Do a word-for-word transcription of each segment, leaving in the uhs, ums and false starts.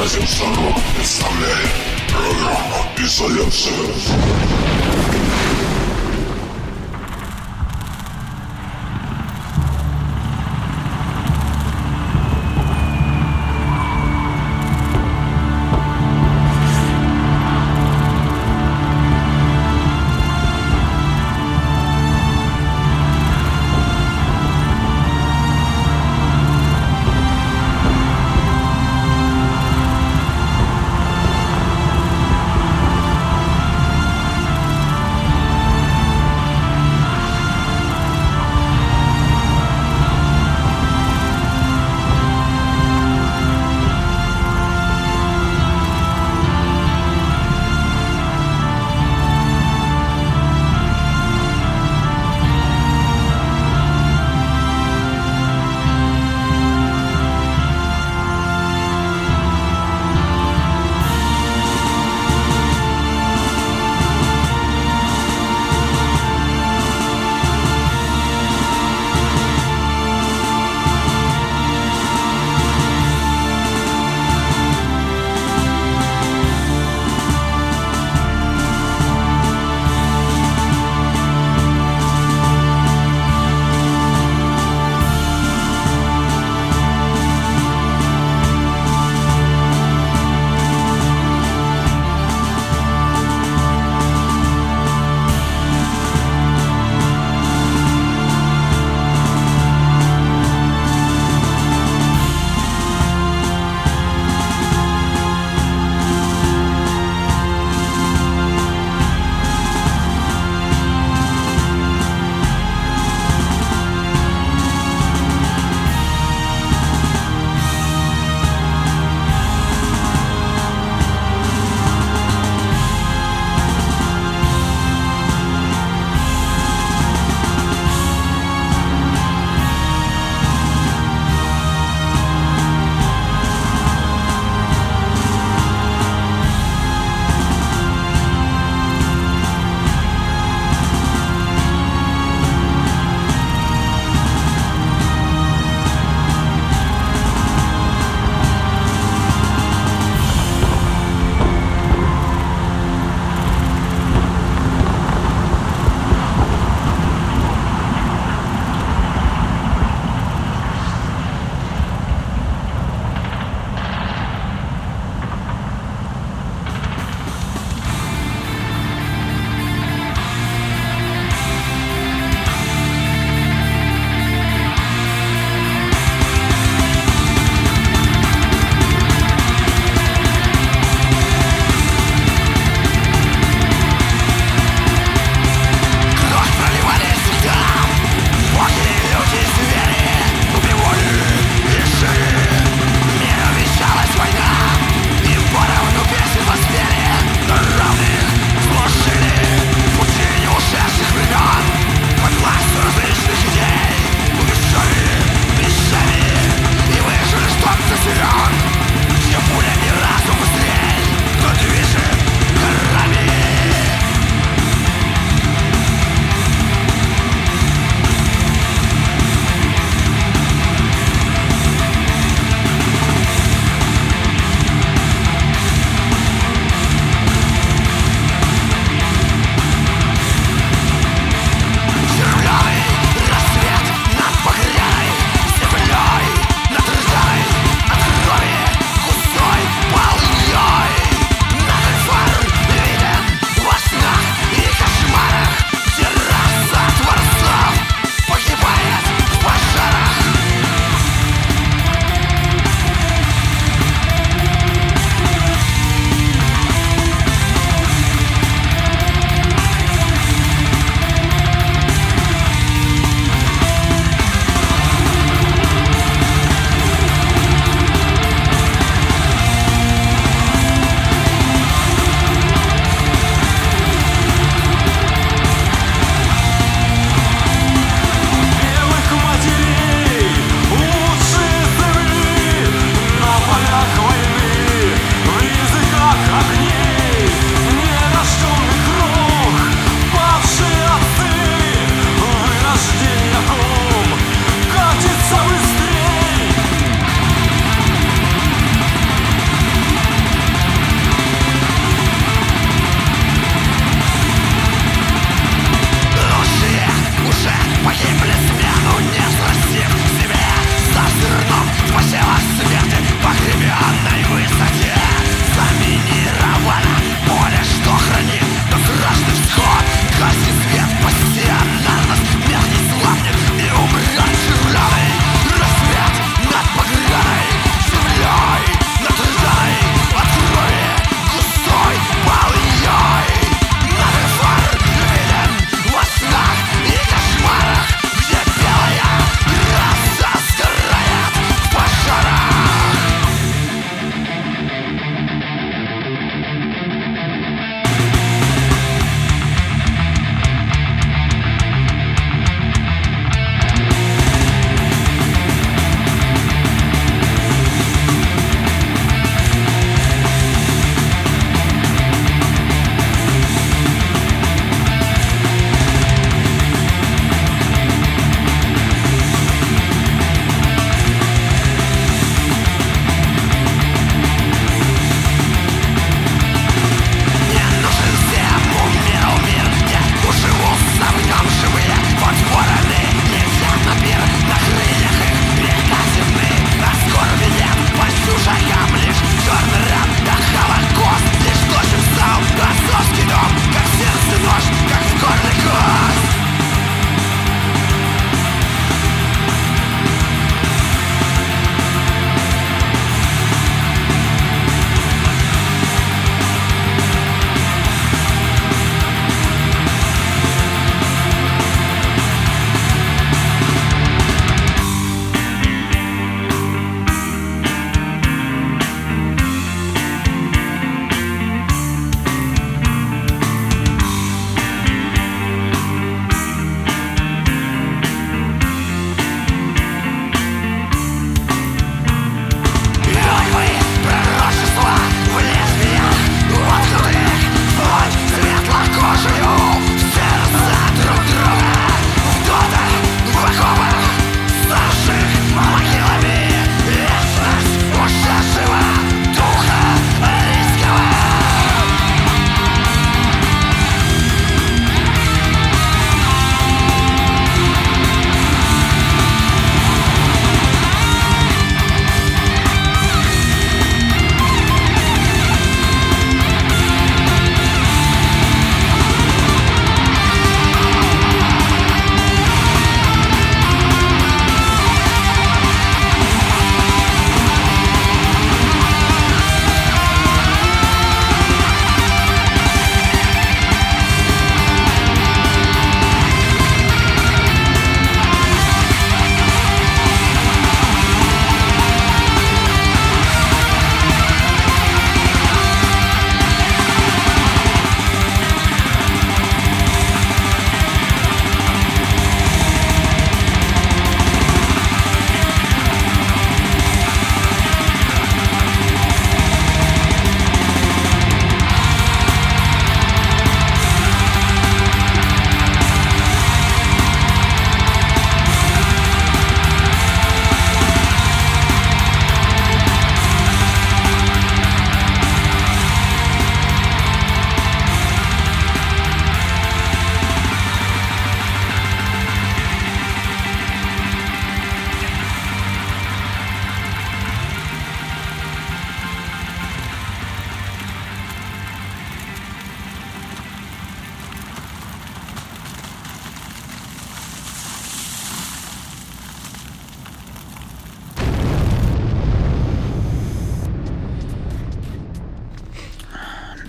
Радиосорок представляет программу «Изоляция».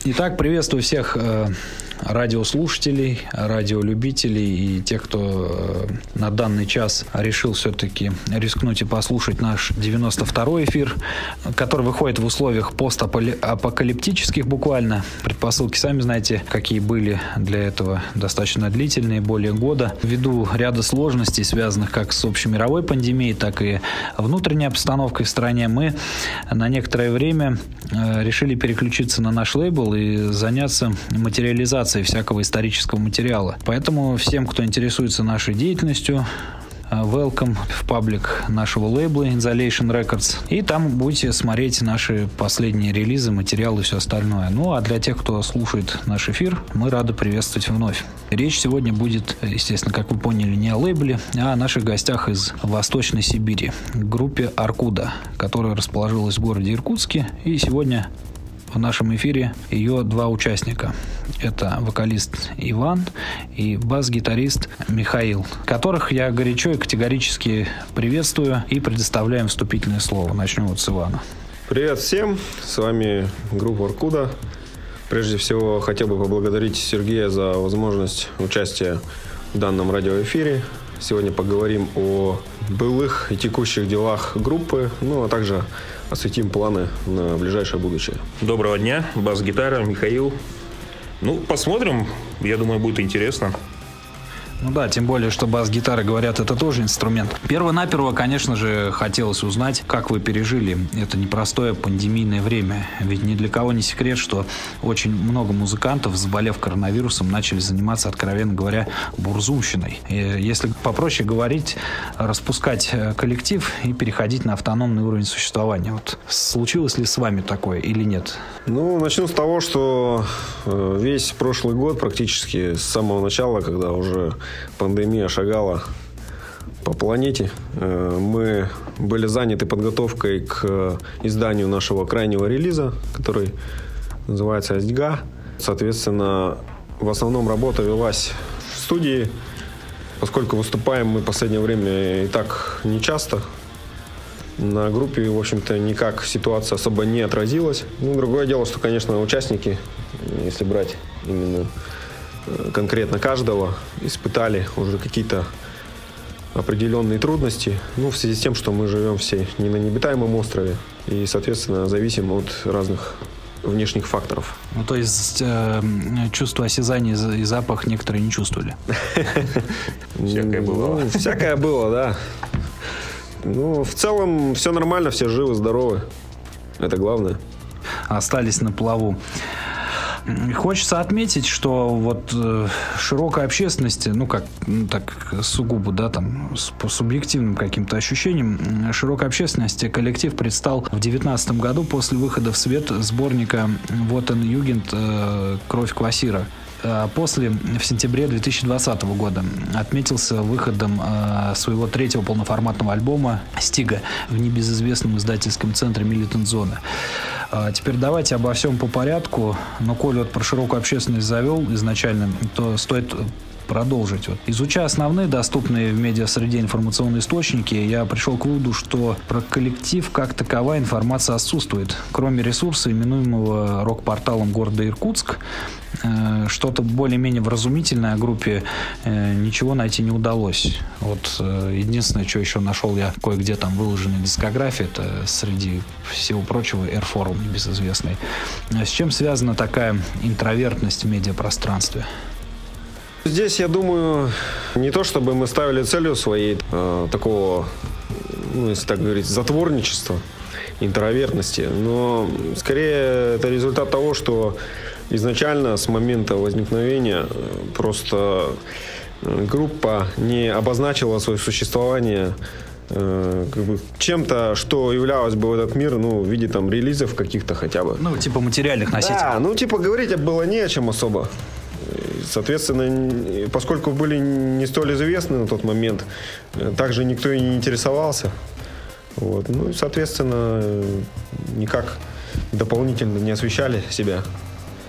Итак, приветствую всех э, радиослушателей, радиолюбителей и тех, кто э, на данный час решил все-таки рискнуть и послушать наш девяносто второй эфир, который выходит в условиях постапокалиптических буквально. Предпосылки, сами знаете, какие были для этого, достаточно длительные, более года. Ввиду ряда сложностей, связанных как с общемировой пандемией, так и внутренней обстановкой в стране, мы на некоторое время э, решили переключиться на наш лейбл и заняться материализацией всякого исторического материала. Поэтому всем, кто интересуется нашей деятельностью, welcome в паблик нашего лейбла Insolation Records. И там будете смотреть наши последние релизы, материалы и все остальное. Ну, а для тех, кто слушает наш эфир, мы рады приветствовать вновь. Речь сегодня будет, естественно, как вы поняли, не о лейбле, а о наших гостях из Восточной Сибири, группе Аркуда, которая расположилась в городе Иркутске. И сегодня в нашем эфире ее два участника. Это вокалист Иван и бас-гитарист Михаил, которых я горячо и категорически приветствую и предоставляем вступительное слово. Начнем вот с Ивана. Привет всем, с вами группа Аркуда. Прежде всего, хотел бы поблагодарить Сергея за возможность участия в данном радиоэфире. Сегодня поговорим о былых и текущих делах группы, ну а также осветим планы на ближайшее будущее. Доброго дня, бас-гитара, Михаил. Ну, посмотрим, я думаю, будет интересно. Ну да, тем более, что бас-гитара, говорят, это тоже инструмент. Перво-наперво, конечно же, хотелось узнать, как вы пережили это непростое пандемийное время. Ведь ни для кого не секрет, что очень много музыкантов, заболев коронавирусом, начали заниматься, откровенно говоря, бурзумщиной. И, если попроще говорить, распускать коллектив и переходить на автономный уровень существования. Вот случилось ли с вами такое или нет? Ну, начну с того, что весь прошлый год, практически с самого начала, когда уже пандемия шагала по планете, мы были заняты подготовкой к изданию нашего крайнего релиза, который называется «Астьга». Соответственно, в основном работа велась в студии, поскольку выступаем мы в последнее время и так нечасто. На группе, в общем-то, никак ситуация особо не отразилась. Ну, другое дело, что, конечно, участники, если брать именно конкретно каждого, испытали уже какие-то определенные трудности. Ну, в связи с тем, что мы живем все не на необитаемом острове и, соответственно, зависим от разных внешних факторов. Ну, то есть э, чувство осязания и запах некоторые не чувствовали? Всякое было. Всякое было, да. Ну, в целом, все нормально, все живы, здоровы. Это главное. Остались на плаву. Хочется отметить, что вот э, широкой общественности, ну как, ну так сугубо, да, там, с, по субъективным каким-то ощущениям, широкой общественности коллектив предстал в девятнадцатом году после выхода в свет сборника «Вот он Югент. Э, Кровь Квасира». После, в сентябре две тысячи двадцатого года, отметился выходом э, своего третьего полноформатного альбома «Стига» в небезызвестном издательском центре «Милитант Зона». А теперь давайте обо всем по порядку. Но коль вот про широкую общественность завел изначально, то стоит продолжить. Вот. Изучая основные доступные в медиасреде информационные источники, я пришел к выводу, что про коллектив как таковая информация отсутствует. Кроме ресурса, именуемого рок-порталом города Иркутск, э, что-то более-менее вразумительное о группе э, ничего найти не удалось. Вот э, единственное, что еще нашел я кое-где там выложенной дискографии, это среди всего прочего Airforum небезызвестный. С чем связана такая интровертность в медиапространстве? Здесь, я думаю, не то чтобы мы ставили целью своей э, такого, ну, если так говорить, затворничества, интровертности, но скорее это результат того, что изначально с момента возникновения просто группа не обозначила свое существование э, как бы чем-то, что являлось бы в этот мир, ну, в виде там релизов каких-то хотя бы. Ну, типа материальных носителей. Да, ну, типа говорить было не о чем особо. Соответственно, поскольку были не столь известны на тот момент, также никто и не интересовался. Вот. Ну и, соответственно, никак дополнительно не освещали себя.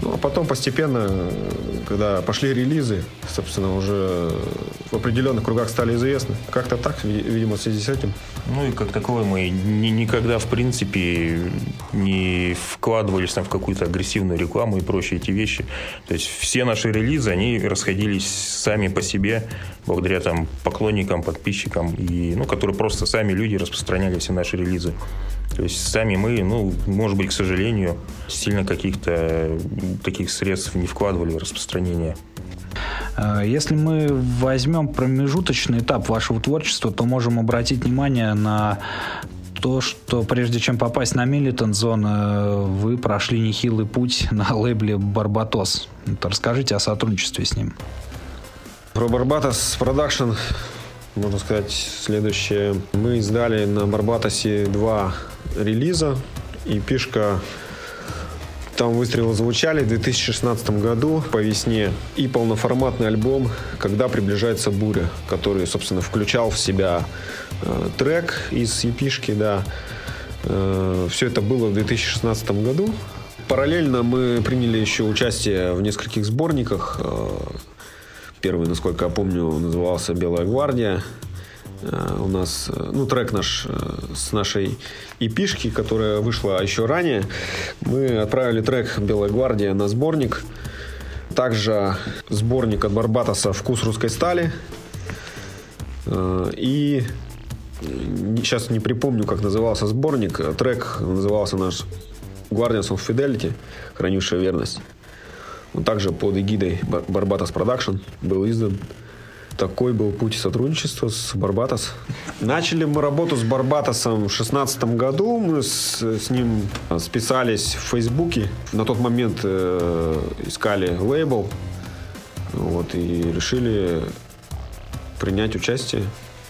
Ну, а потом постепенно, когда пошли релизы, собственно, уже в определенных кругах стали известны. Как-то так, видимо, в связи с этим. Ну и как таковое мы ни, никогда, в принципе, не вкладывались там в какую-то агрессивную рекламу и прочие эти вещи. То есть все наши релизы, они расходились сами по себе, благодаря там поклонникам, подписчикам, и, ну, которые просто сами люди распространяли все наши релизы. То есть сами мы, ну, может быть, к сожалению, сильно каких-то таких средств не вкладывали в распространение. Если мы возьмем промежуточный этап вашего творчества, то можем обратить внимание на то, что прежде чем попасть на Militant Zone, вы прошли нехилый путь на лейбле Барбатос. Расскажите о сотрудничестве с ним. Про Барбатос Продакшн можно сказать следующее. Мы издали на Барбатосе два релиза. И пишка там выстрелы звучали в две тысячи шестнадцатом году по весне. И полноформатный альбом «Когда приближается буря», который, собственно, включал в себя э, трек из епишки, да. Э, все это было в две тысячи шестнадцатом году. Параллельно мы приняли еще участие в нескольких сборниках. Э, Первый, насколько я помню, назывался «Белая гвардия». Uh, у нас, ну, трек наш uh, с нашей епишки, которая вышла еще ранее. Мы отправили трек «Белая гвардия» на сборник. Также сборник от Барбатоса «Вкус русской стали». Uh, и сейчас не припомню, как назывался сборник. Трек назывался наш «Guardians of Fidelity», «Хранившая верность». Он также под эгидой Барбатос Продакшн был издан. Такой был путь сотрудничества с Барбатос. Начали мы работу с Барбатосом в две тысячи шестнадцатом году. Мы с, с ним списались в Фейсбуке. На тот момент э, искали лейбл. Вот, и решили принять участие.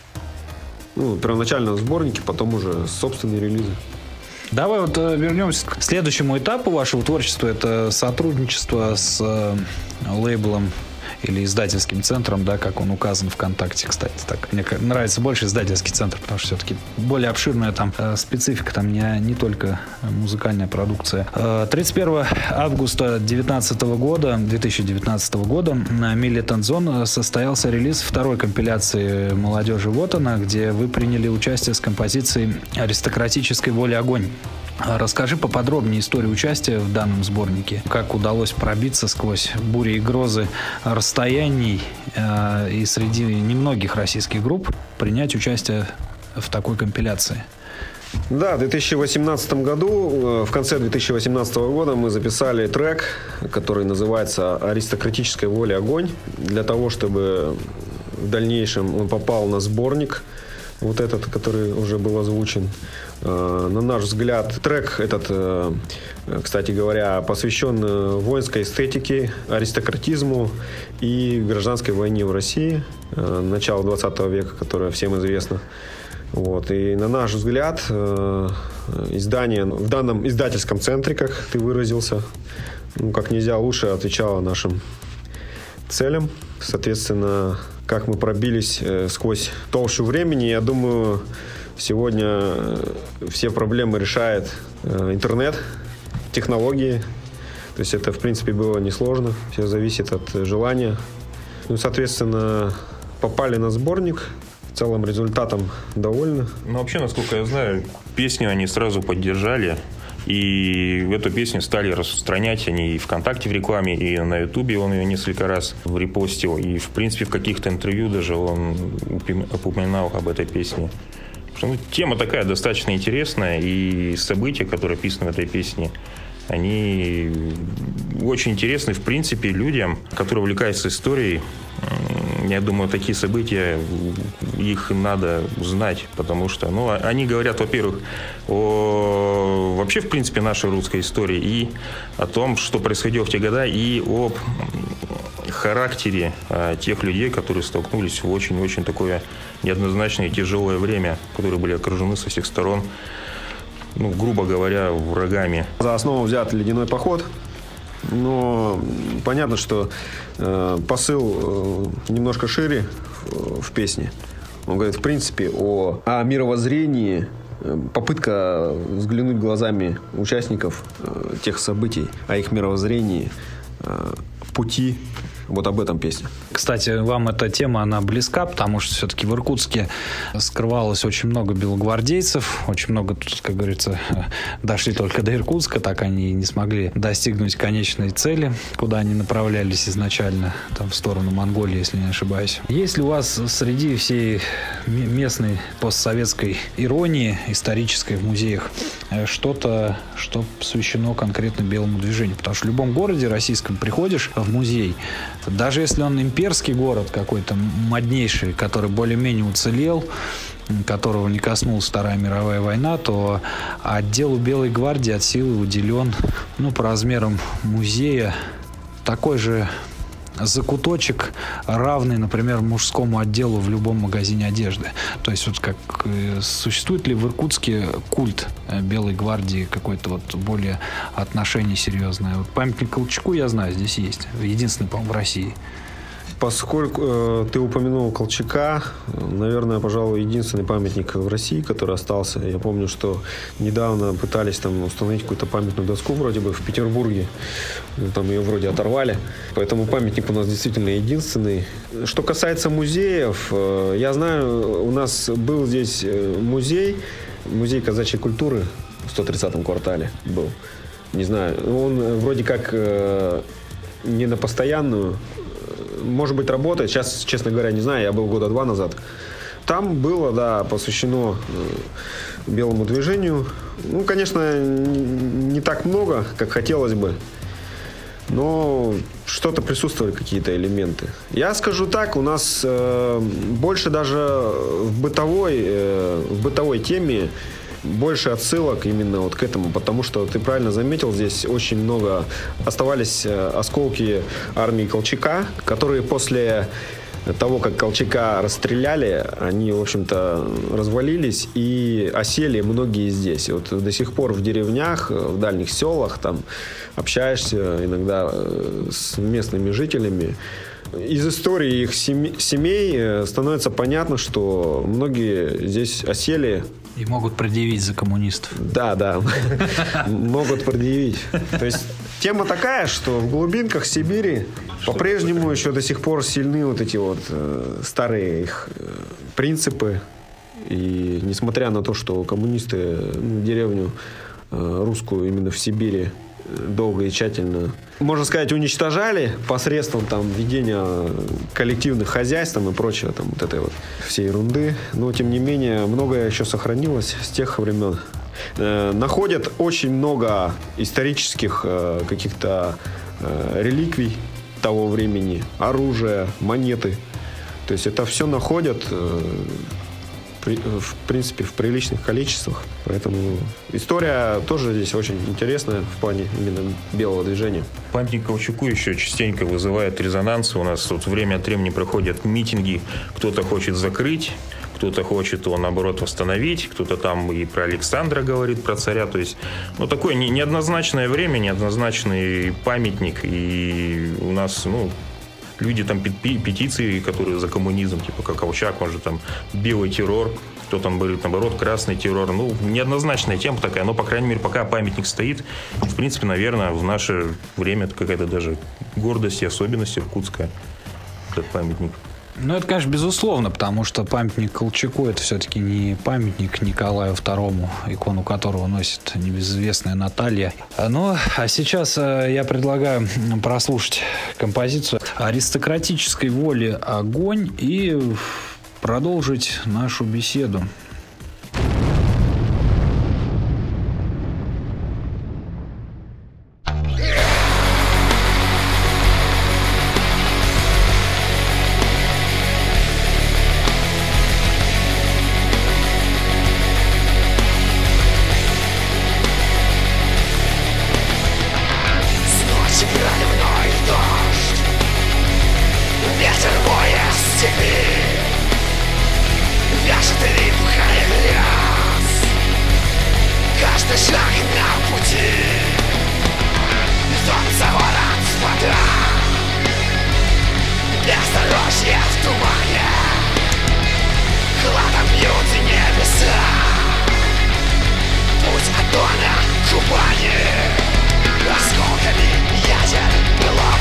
Ну, первоначально в сборнике, потом уже собственные релизы. Давай вот э, вернемся к следующему этапу вашего творчества. Это сотрудничество с э, лейблом или издательским центром, да, как он указан ВКонтакте, кстати. Так, мне нравится больше издательский центр, потому что все-таки более обширная там э, специфика, там не, не только музыкальная продукция. Э, тридцать первого августа две тысячи девятнадцатого года на Militant Zone состоялся релиз второй компиляции «Молодежи вот она», где вы приняли участие с композицией «Аристократической воли огонь». Расскажи поподробнее историю участия в данном сборнике. Как удалось пробиться сквозь бури и грозы расстояний э, и среди немногих российских групп принять участие в такой компиляции. Да, в две тысячи восемнадцатом году, в конце две тысячи восемнадцатого года мы записали трек, который называется «Аристократическая воля огонь», для того, чтобы в дальнейшем он попал на сборник, вот этот, который уже был озвучен. На наш взгляд, трек этот, кстати говоря, посвящен воинской эстетике, аристократизму и гражданской войне в России начала двадцатого века, которая всем известна. Вот. И на наш взгляд, издание в данном издательском центре, как ты выразился, ну, как нельзя лучше отвечало нашим целям. Соответственно, как мы пробились сквозь толщу времени, я думаю, сегодня все проблемы решает интернет, технологии. То есть это, в принципе, было несложно. Все зависит от желания. Ну, соответственно, попали на сборник. В целом результатом довольны. Ну, вообще, насколько я знаю, песню они сразу поддержали. И эту песню стали распространять они и ВКонтакте в рекламе, и на Ютубе он ее несколько раз репостил. И, в принципе, в каких-то интервью даже он упоминал об этой песне. Ну, тема такая достаточно интересная, и события, которые описаны в этой песне, они очень интересны, в принципе, людям, которые увлекаются историей. Я думаю, такие события, их надо знать, потому что, ну, они говорят, во-первых, о вообще, в принципе, нашей русской истории и о том, что происходило в те года, и об характере а, тех людей, которые столкнулись в очень-очень такое неоднозначное и тяжелое время, которые были окружены со всех сторон, ну, грубо говоря, врагами. За основу взят «Ледяной поход». Но понятно, что э, посыл э, немножко шире в, в песне. Он говорит, в принципе, о, о мировоззрении, э, попытка взглянуть глазами участников э, тех событий, о их мировоззрении, пути. Вот об этом песня. Кстати, вам эта тема, она близка, потому что все-таки в Иркутске скрывалось очень много белогвардейцев, очень много тут, как говорится, дошли только до Иркутска, так они и не смогли достигнуть конечной цели, куда они направлялись изначально, там в сторону Монголии, если не ошибаюсь. Есть ли у вас среди всей местной постсоветской иронии исторической в музеях что-то, что посвящено конкретно белому движению? Потому что в любом городе российском приходишь в музей, даже если он имперский город какой-то моднейший, который более-менее уцелел, которого не коснулась Вторая мировая война, то отделу Белой гвардии от силы уделен, ну, по размерам музея такой же закуточек, равный, например, мужскому отделу в любом магазине одежды. То есть вот как существует ли в Иркутске культ Белой гвардии, какое-то вот более отношение серьезное? Вот памятник Колчаку, я знаю, здесь есть. Единственный, по-моему, в России. Поскольку э, ты упомянул Колчака, наверное, пожалуй, единственный памятник в России, который остался. Я помню, что недавно пытались там установить какую-то памятную доску вроде бы в Петербурге. Там ее вроде оторвали. Поэтому памятник у нас действительно единственный. Что касается музеев, э, я знаю, у нас был здесь музей, музей казачьей культуры в сто тридцатом квартале был. Не знаю, он вроде как э, не на постоянную, может быть, работает. Сейчас, честно говоря, не знаю. Я был года два назад. Там было, да, посвящено белому движению. Ну, конечно, не так много, как хотелось бы. Но что-то присутствовали, какие-то элементы. Я скажу так, у нас э, больше даже в бытовой, э, в бытовой теме больше отсылок именно вот к этому, потому что ты правильно заметил, здесь очень много оставались осколки армии Колчака, которые после того, как Колчака расстреляли, они, в общем-то, развалились и осели многие здесь. Вот до сих пор в деревнях, в дальних селах там общаешься иногда с местными жителями. Из истории их семей становится понятно, что многие здесь осели. И могут предъявить за коммунистов. Да, да. Могут предъявить. То есть тема такая, что в глубинках Сибири по-прежнему еще до сих пор сильны вот эти вот старые их принципы. И несмотря на то, что коммунисты деревню русскую именно в Сибири долго и тщательно, можно сказать, уничтожали посредством там ведения коллективных хозяйств там, и прочего, там вот этой вот всей ерунды. Но, тем не менее, многое еще сохранилось с тех времен. Э, находят очень много исторических э, каких-то э, реликвий того времени, оружия, монеты. То есть это все находят э, в принципе, в приличных количествах. Поэтому история тоже здесь очень интересная в плане именно белого движения. Памятник Колчаку еще частенько вызывает резонансы. У нас вот время от времени проходят митинги. Кто-то хочет закрыть, кто-то хочет его, наоборот, восстановить, кто-то там и про Александра говорит, про царя. То есть, ну, такое не, неоднозначное время, неоднозначный памятник. И у нас, ну, люди там петиции, которые за коммунизм, типа как Колчак, он же там белый террор, кто там говорит, наоборот, красный террор. Ну, неоднозначная тема такая, но, по крайней мере, пока памятник стоит, в принципе, наверное, в наше время это какая-то даже гордость и особенность иркутская, этот памятник. Ну, это, конечно, безусловно, потому что памятник Колчаку — это все-таки не памятник Николаю второму, икону которого носит небезызвестная Наталья. Ну, а сейчас я предлагаю прослушать композицию «Аристократической воли огонь» и продолжить нашу беседу. Осколками ядер было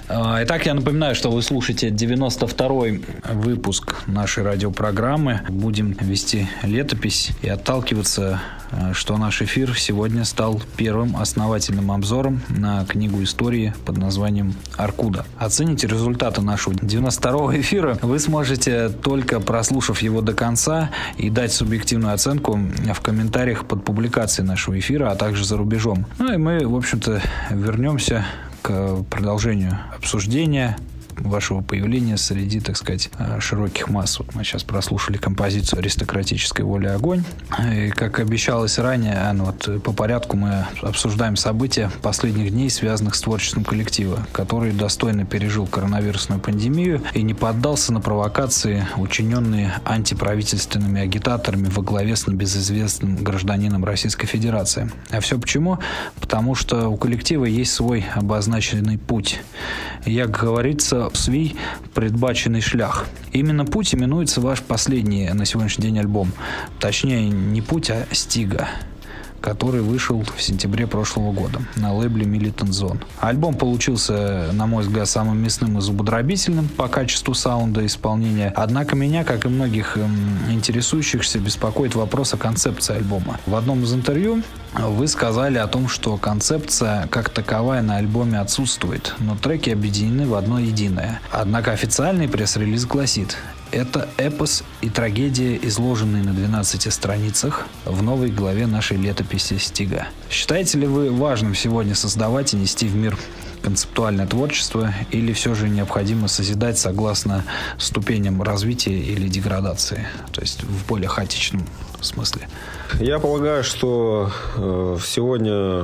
Итак, я напоминаю, что вы слушаете девяносто второй выпуск нашей радиопрограммы. Будем вести летопись и отталкиваться, что наш эфир сегодня стал первым основательным обзором на книгу истории под названием «Аркуда». Оцените результаты нашего девяносто второго эфира вы сможете, только прослушав его до конца, и дать субъективную оценку в комментариях под публикацией нашего эфира, а также за рубежом. Ну и мы, в общем-то, вернемся к продолжению обсуждения вашего появления среди, так сказать, широких масс. Вот мы сейчас прослушали композицию «Аристократической воли огонь». И, как обещалось ранее, ну вот по порядку мы обсуждаем события последних дней, связанных с творчеством коллектива, который достойно пережил коронавирусную пандемию и не поддался на провокации, учиненные антиправительственными агитаторами во главе с небезызвестным гражданином Российской Федерации. А все почему? Потому что у коллектива есть свой обозначенный путь. Як говорится, свій предбаченный шлях. Именно путь именуется ваш последний на сегодняшний день альбом. Точнее, не путь, а стига, который вышел в сентябре прошлого года на лейбле Militant Zone. Альбом получился, на мой взгляд, самым мясным и зубодробительным по качеству саунда и исполнения. Однако меня, как и многих эм, интересующихся, беспокоит вопрос о концепции альбома. В одном из интервью вы сказали о том, что концепция как таковая на альбоме отсутствует, но треки объединены в одно единое. Однако официальный пресс-релиз гласит: это эпос и трагедия, изложенные на двенадцати страницах в новой главе нашей летописи «Стига». Считаете ли вы важным сегодня создавать и нести в мир концептуальное творчество, или все же необходимо созидать согласно ступеням развития или деградации, то есть в более хаотичном смысле? Я полагаю, что э, сегодня э,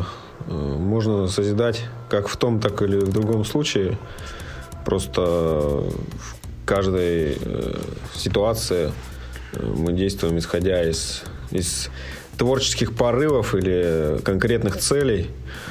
можно созидать как в том, так или в другом случае. Просто в каждой э, ситуации э, мы действуем исходя из, из творческих порывов или конкретных целей.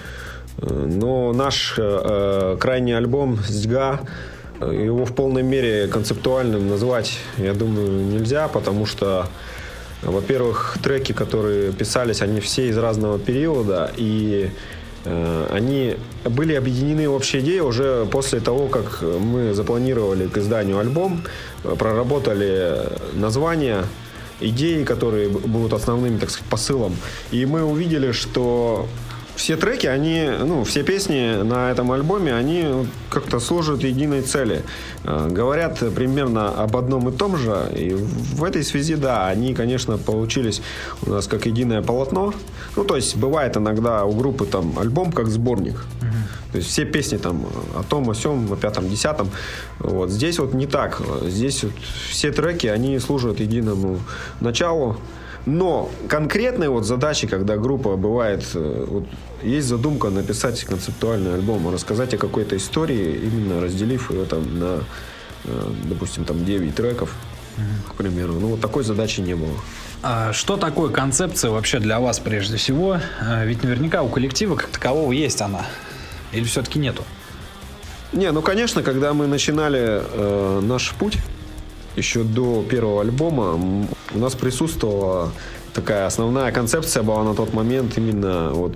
Но наш э, крайний альбом «Стига», его в полной мере концептуальным назвать, я думаю, нельзя, потому что, во-первых, треки, которые писались, они все из разного периода, и э, они были объединены в общей идее уже после того, как мы запланировали к изданию альбом, проработали название, идеи, которые будут основным, так сказать, посылом, и мы увидели, что все треки, они, ну, все песни на этом альбоме, они как-то служат единой цели. Говорят примерно об одном и том же. И в этой связи, да, они, конечно, получились у нас как единое полотно. Ну, то есть, бывает иногда у группы там альбом как сборник. Uh-huh. То есть, все песни там о том, о сём, о пятом, десятом. Вот. Здесь вот не так. Здесь вот все треки, они служат единому началу. Но конкретные вот задачи, когда группа бывает, вот, есть задумка написать концептуальный альбом, рассказать о какой-то истории, именно разделив ее там на, допустим, там девять треков, mm-hmm. к примеру. Ну, вот такой задачи не было. А что такое концепция вообще для вас прежде всего? Ведь наверняка у коллектива как такового есть она. Или все-таки нету? Не, ну, конечно, когда мы начинали э, наш путь, еще до первого альбома, у нас присутствовала такая основная концепция была на тот момент именно вот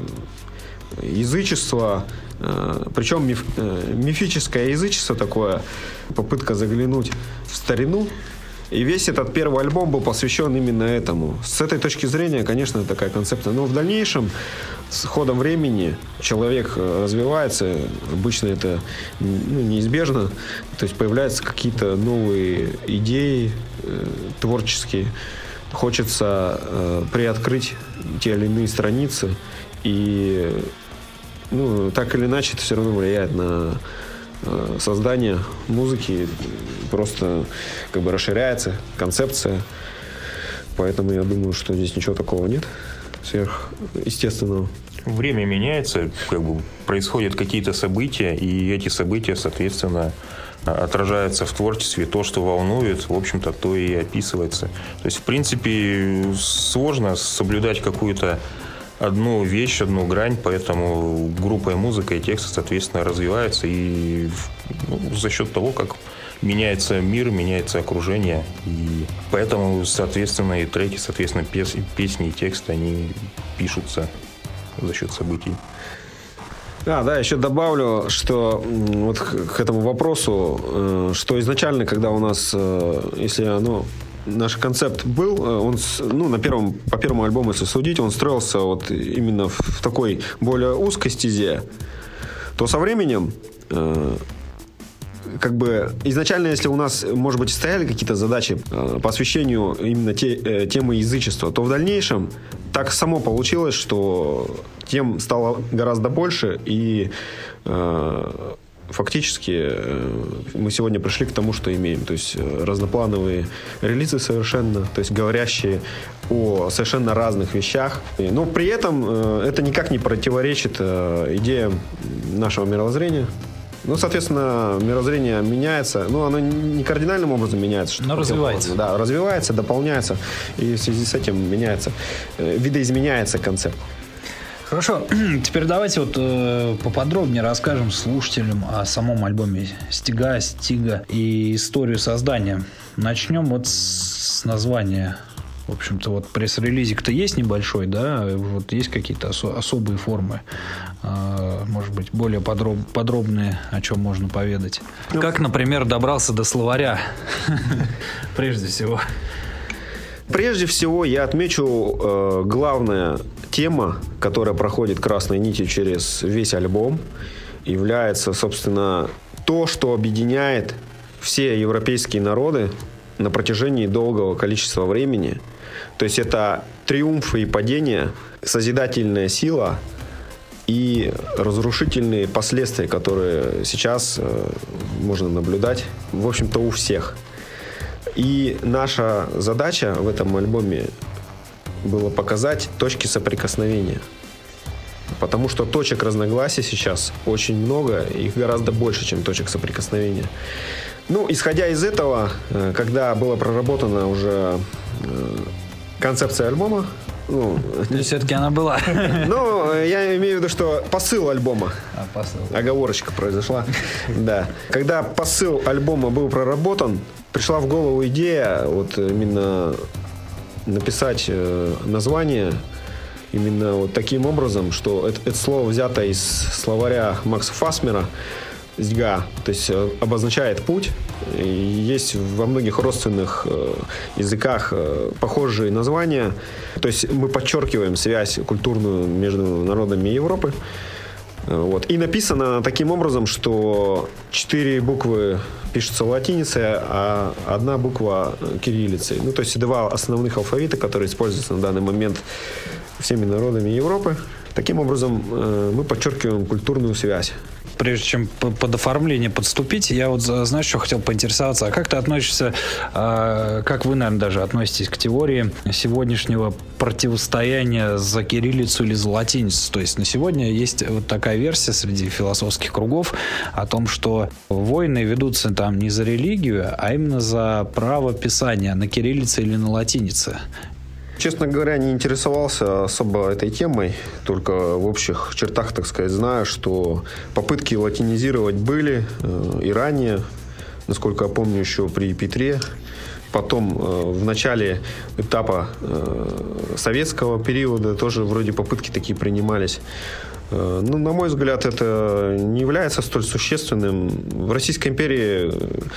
язычество, причем миф, мифическое язычество такое, попытка заглянуть в старину. И весь этот первый альбом был посвящен именно этому. С этой точки зрения, конечно, такая концепция. Но в дальнейшем, с ходом времени, человек развивается. Обычно это, ну, неизбежно. То есть появляются какие-то новые идеи э, творческие. Хочется э, приоткрыть те или иные страницы. И, ну, так или иначе это все равно влияет на создание музыки, просто как бы расширяется концепция. Поэтому я думаю, что здесь ничего такого нет сверхъестественного. Время меняется, как бы происходят какие-то события, и эти события, соответственно, отражаются в творчестве. То, что волнует, в общем-то, то и описывается. То есть, в принципе, сложно соблюдать какую-то одну вещь, одну грань, поэтому группа и музыка, и тексты, соответственно, развиваются, и, ну, за счет того, как меняется мир, меняется окружение, и поэтому, соответственно, и треки, соответственно, пес, песни и тексты, они пишутся за счет событий. А, да, еще добавлю, что вот к этому вопросу, что изначально, когда у нас, если оно... Наш концепт был, он, ну, на первом, по первому альбому, если судить, он строился вот именно в такой более узкой стезе, то со временем, э, как бы, изначально, если у нас, может быть, стояли какие-то задачи э, по освещению именно те, э, темы язычества, то в дальнейшем так само получилось, что тем стало гораздо больше, и э, фактически мы сегодня пришли к тому, что имеем. То есть разноплановые релизы совершенно, то есть говорящие о совершенно разных вещах. Но при этом это никак не противоречит идеям нашего мировоззрения. Ну, соответственно, мировоззрение меняется. Ну, оно не кардинальным образом меняется. Что но развивается. Да, развивается, дополняется. И в связи с этим меняется, видоизменяется концепт. Хорошо, теперь давайте вот э, поподробнее расскажем слушателям о самом альбоме «Стига», «Стига» и историю создания. Начнем вот с названия. В общем-то, вот пресс-релизик-то есть небольшой, да? Вот есть какие-то осо- особые формы, э, может быть, более подроб- подробные, о чем можно поведать. Ну, как, например, добрался до словаря, прежде всего. Прежде всего, я отмечу э, главная тема, которая проходит красной нитью через весь альбом, является, собственно, то, что объединяет все европейские народы на протяжении долгого количества времени. То есть это триумфы и падения, созидательная сила и разрушительные последствия, которые сейчас э, можно наблюдать, в общем-то, у всех. И наша задача в этом альбоме было показать точки соприкосновения. Потому что точек разногласий сейчас очень много, их гораздо больше, чем точек соприкосновения. Ну, исходя из этого, когда была проработана уже концепция альбома, ну, все-таки она была. Ну, я имею в виду, что посыл альбома. А, посыл. Оговорочка произошла. Да. Когда посыл альбома был проработан, пришла в голову идея вот именно написать э, название именно вот таким образом, что это, это слово взято из словаря Макса Фасмера «Стига», то есть э, обозначает путь. И есть во многих родственных э, языках э, похожие названия. То есть мы подчеркиваем связь культурную между народами Европы. Вот. И написано таким образом, что четыре буквы пишутся латиницей, а одна буква кириллицей. Ну, то есть два основных алфавита, которые используются на данный момент всеми народами Европы. Таким образом, мы подчеркиваем культурную связь. Прежде чем под оформление подступить, я вот, знаешь, что хотел поинтересоваться. А как ты относишься, э, как вы, наверное, даже относитесь к теории сегодняшнего противостояния за кириллицу или за латиницу? То есть на сегодня есть вот такая версия среди философских кругов о том, что войны ведутся там не за религию, а именно за право писания на кириллице или на латинице. Честно говоря, не интересовался особо этой темой, только в общих чертах, так сказать, знаю, что попытки латинизировать были э, и ранее, насколько я помню, еще при Петре. Потом э, в начале этапа э, советского периода тоже вроде попытки такие принимались. Э, ну, на мой взгляд, это не является столь существенным. В Российской империи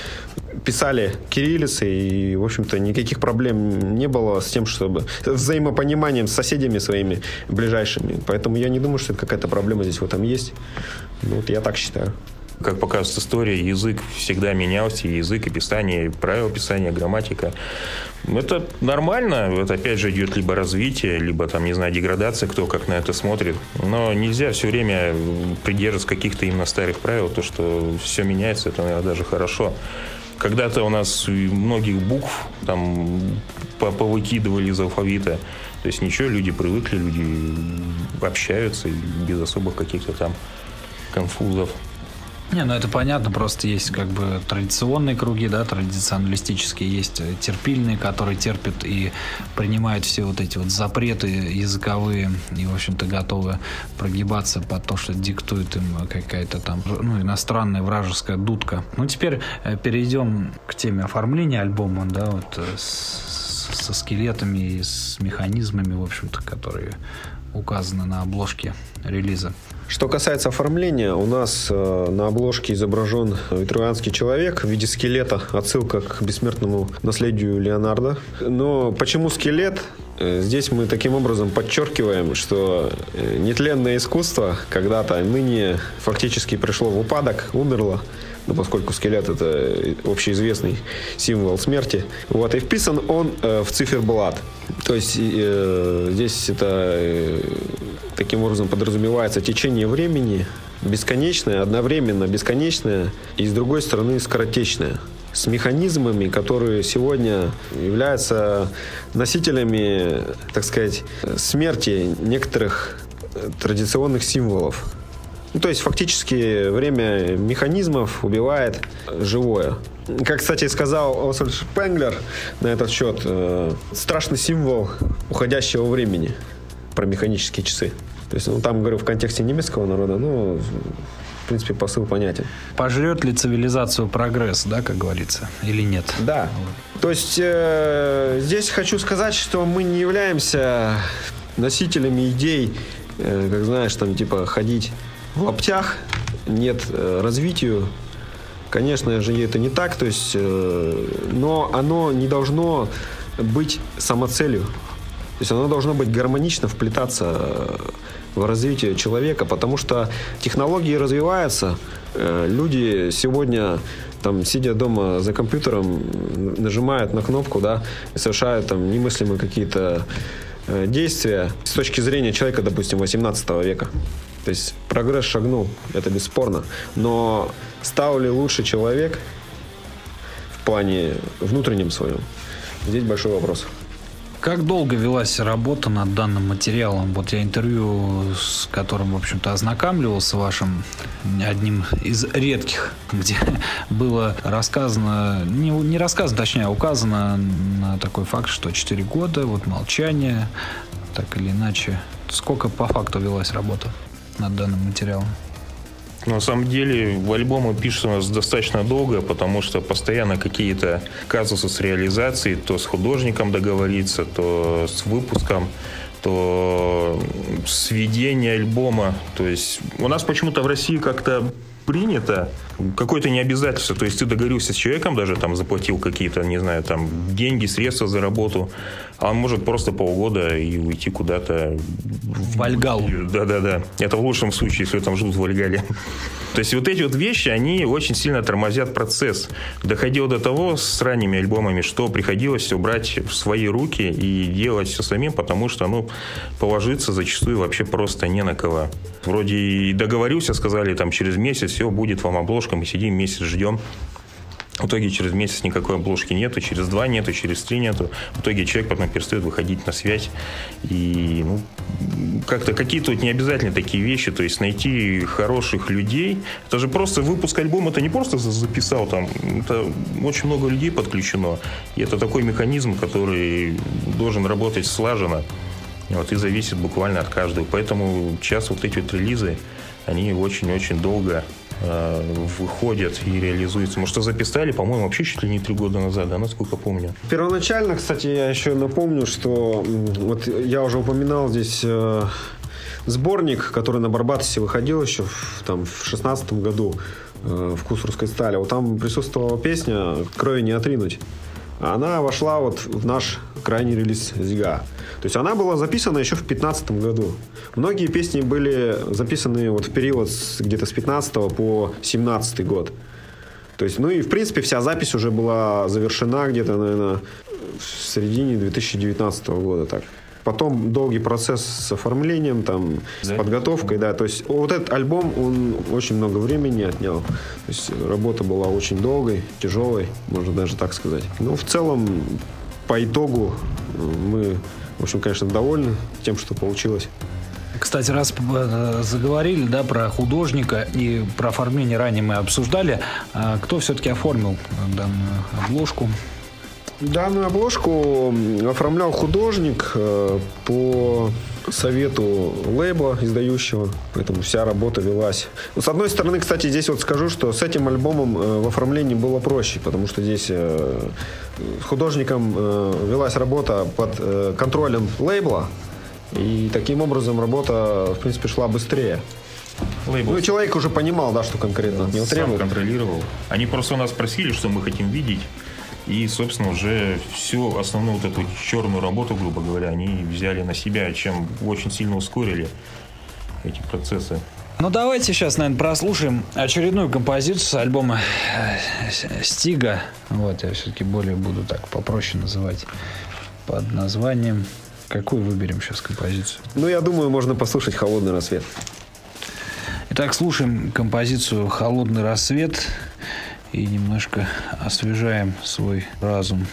писали кириллицей, и, в общем-то, никаких проблем не было с тем, чтобы с взаимопониманием с соседями своими ближайшими. Поэтому я не думаю, что какая-то проблема здесь в этом есть. Ну, вот я так считаю. Как показывает история, язык всегда менялся, и язык, и писание, и правила писания, грамматика. Это нормально, это опять же идет либо развитие, либо там, не знаю, деградация, кто как на это смотрит. Но нельзя все время придерживаться каких-то именно старых правил, то, что все меняется, это, наверное, даже хорошо. Когда-то у нас многих букв там повыкидывали из алфавита. То есть ничего, люди привыкли, люди общаются без особых каких-то там конфузов. Не, ну это понятно, просто есть как бы традиционные круги, да, традиционалистические, есть терпильные, которые терпят и принимают все вот эти вот запреты языковые и, в общем-то, готовы прогибаться под то, что диктует им какая-то там, ну, иностранная вражеская дудка. Ну, теперь перейдем к теме оформления альбома, да, вот с, со скелетами и с механизмами, в общем-то, которые указаны на обложке релиза. Что касается оформления, у нас э, на обложке изображен витрувианский человек в виде скелета, отсылка к бессмертному наследию Леонардо. Но почему скелет? Э, здесь мы таким образом подчеркиваем, что э, нетленное искусство когда-то ныне фактически пришло в упадок, умерло. Ну, поскольку скелет — это общеизвестный символ смерти. Вот, и вписан он э, в циферблат. То есть э, здесь это э, таким образом подразумевается течение времени бесконечное, одновременно бесконечное и, с другой стороны, скоротечное. С механизмами, которые сегодня являются носителями, так сказать, смерти некоторых традиционных символов. Ну, то есть, фактически, время механизмов убивает живое. Как, кстати, сказал Освальд Шпенглер на этот счет, э, страшный символ уходящего времени про механические часы. То есть, ну, там, говорю, в контексте немецкого народа, ну, в принципе, посыл понятен. Пожрет ли цивилизацию прогресс, да, как говорится, или нет? Да. То есть, э, здесь хочу сказать, что мы не являемся носителями идей, э, как знаешь, там, типа, ходить в лаптях, нет э, развитию. Конечно же, это не так, то есть, э, но оно не должно быть самоцелью. То есть оно должно быть гармонично вплетаться в развитие человека, потому что технологии развиваются. Э, люди сегодня, там, сидя дома за компьютером, нажимают на кнопку, да, и совершают там немыслимые какие-то э, действия с точки зрения человека, допустим, восемнадцатого века. То есть прогресс шагнул, это бесспорно. Но стал ли лучше человек в плане внутреннем своем? Здесь большой вопрос. Как долго велась работа над данным материалом? Вот я интервью, с которым, в общем-то, ознакомливался, вашим, одним из редких, где было рассказано, не, не рассказано, точнее, а указано на такой факт, что четыре года, вот молчание, так или иначе. Сколько по факту велась работа над данным материалом? На самом деле, в альбомы пишется у нас достаточно долго, потому что постоянно какие-то казусы с реализацией, то с художником договориться, то с выпуском, то сведение альбома. То есть у нас почему-то в России как-то принято какое-то необязательство. То есть ты договорился с человеком, даже там заплатил какие-то, не знаю, там деньги, средства за работу, а он может просто полгода и уйти куда-то в Вальгаллу. Да-да-да. Это в лучшем случае, если там ждут в Вальгалле. То есть вот эти вот вещи, они очень сильно тормозят процесс. Доходило до того с ранними альбомами, что приходилось все брать в свои руки и делать все самим, потому что, ну, положиться зачастую вообще просто не на кого. Вроде и договорился, сказали, там, через месяц все будет вам обложка, мы сидим месяц, ждем. В итоге через месяц никакой обложки нету, через два нету, через три нету. В итоге человек потом перестает выходить на связь. И, ну, как-то какие-то вот необязательные такие вещи. То есть найти хороших людей. Это же просто выпуск альбома, это не просто записал там. Это очень много людей подключено. И это такой механизм, который должен работать слаженно. Вот, и зависит буквально от каждого. Поэтому сейчас вот эти вот релизы, они очень-очень долго выходят и реализуются. Мы что записали, по-моему, вообще чуть ли не три года назад, да, насколько помню. Первоначально, кстати, я еще напомню, что вот я уже упоминал здесь э, сборник, который на Барбадосе выходил еще в, там, в шестнадцатом году, э, «Вкус русской стали». Вот там присутствовала песня «Крови не отринуть». Она вошла вот в наш крайний релиз «Зига». То есть она была записана еще в пятнадцатом году. Многие песни были записаны вот в период с, где-то с пятнадцатого по семнадцатый год. То есть, ну и в принципе вся запись уже была завершена где-то, наверное, в середине две тысячи девятнадцатого года. Так. Потом долгий процесс с оформлением, там, с подготовкой, да. То есть вот этот альбом, он очень много времени отнял. То есть работа была очень долгой, тяжелой, можно даже так сказать. Но в целом, по итогу, мы, в общем, конечно, довольны тем, что получилось. Кстати, раз заговорили, да, про художника и про оформление ранее мы обсуждали, кто все-таки оформил данную обложку? Данную обложку оформлял художник э, по совету лейбла издающего, поэтому вся работа велась. Но, с одной стороны, кстати, здесь вот скажу, что с этим альбомом э, в оформлении было проще, потому что здесь э, художником э, велась работа под э, контролем лейбла, и таким образом работа, в принципе, шла быстрее. Лейбл. Ну, человек уже понимал, да, что конкретно от него Сам требует. контролировал. Они просто у нас спросили, что мы хотим видеть. И, собственно, уже всю основную вот эту черную работу, грубо говоря, они взяли на себя, чем очень сильно ускорили эти процессы. Ну, давайте сейчас, наверное, прослушаем очередную композицию с альбома Стига. Вот, я все-таки более буду так попроще называть под названием. Какую выберем сейчас композицию? Ну, я думаю, можно послушать «Холодный рассвет». Итак, слушаем композицию «Холодный рассвет» и немножко освежаем свой разум.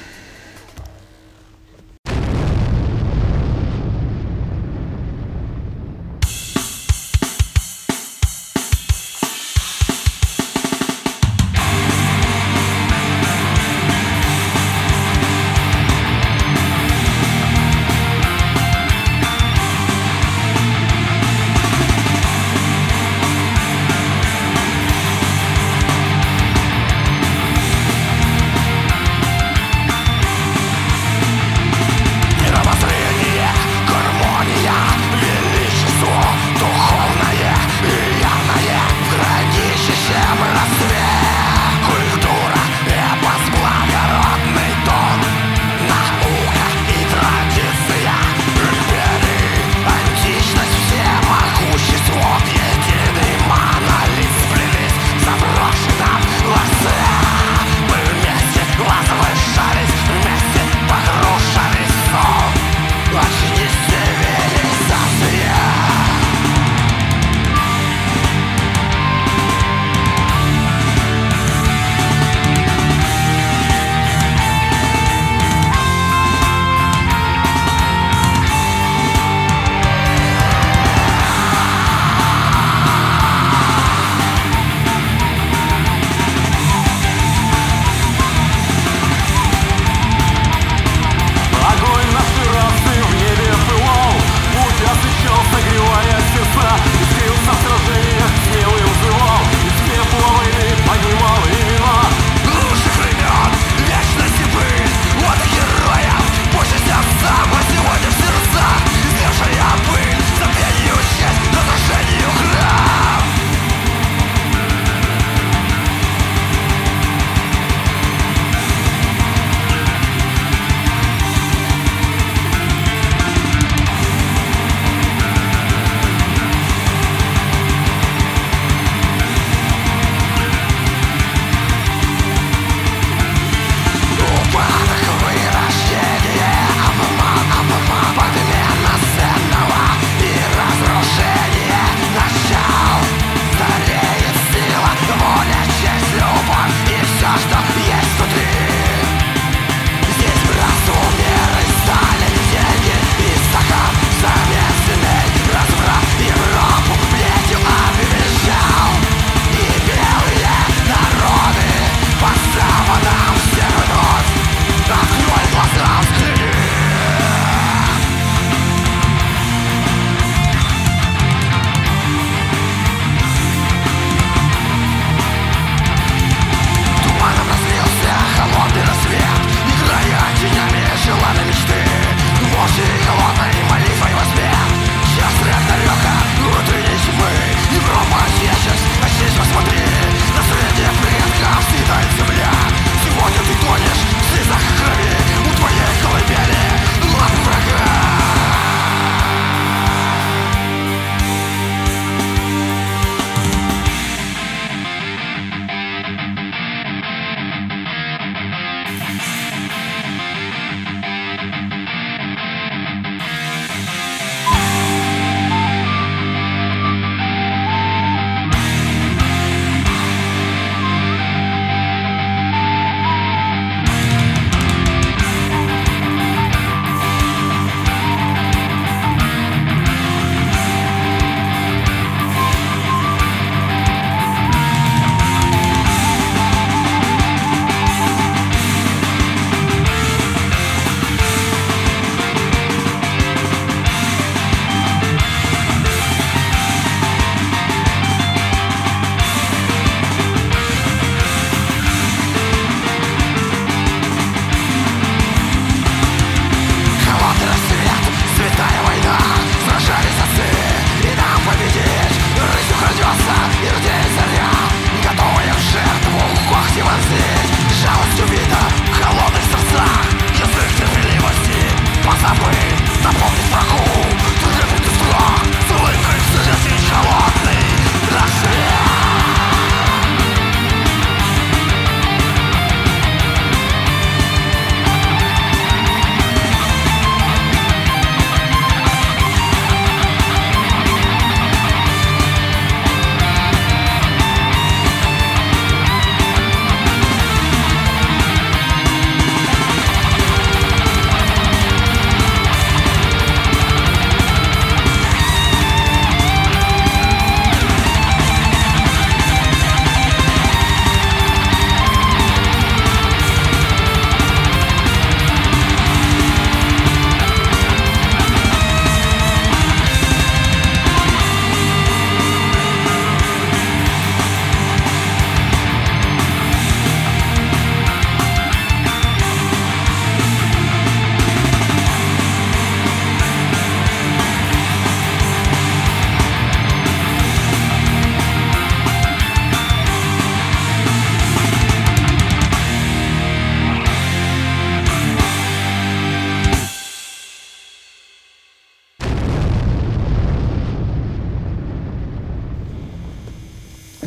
Холодный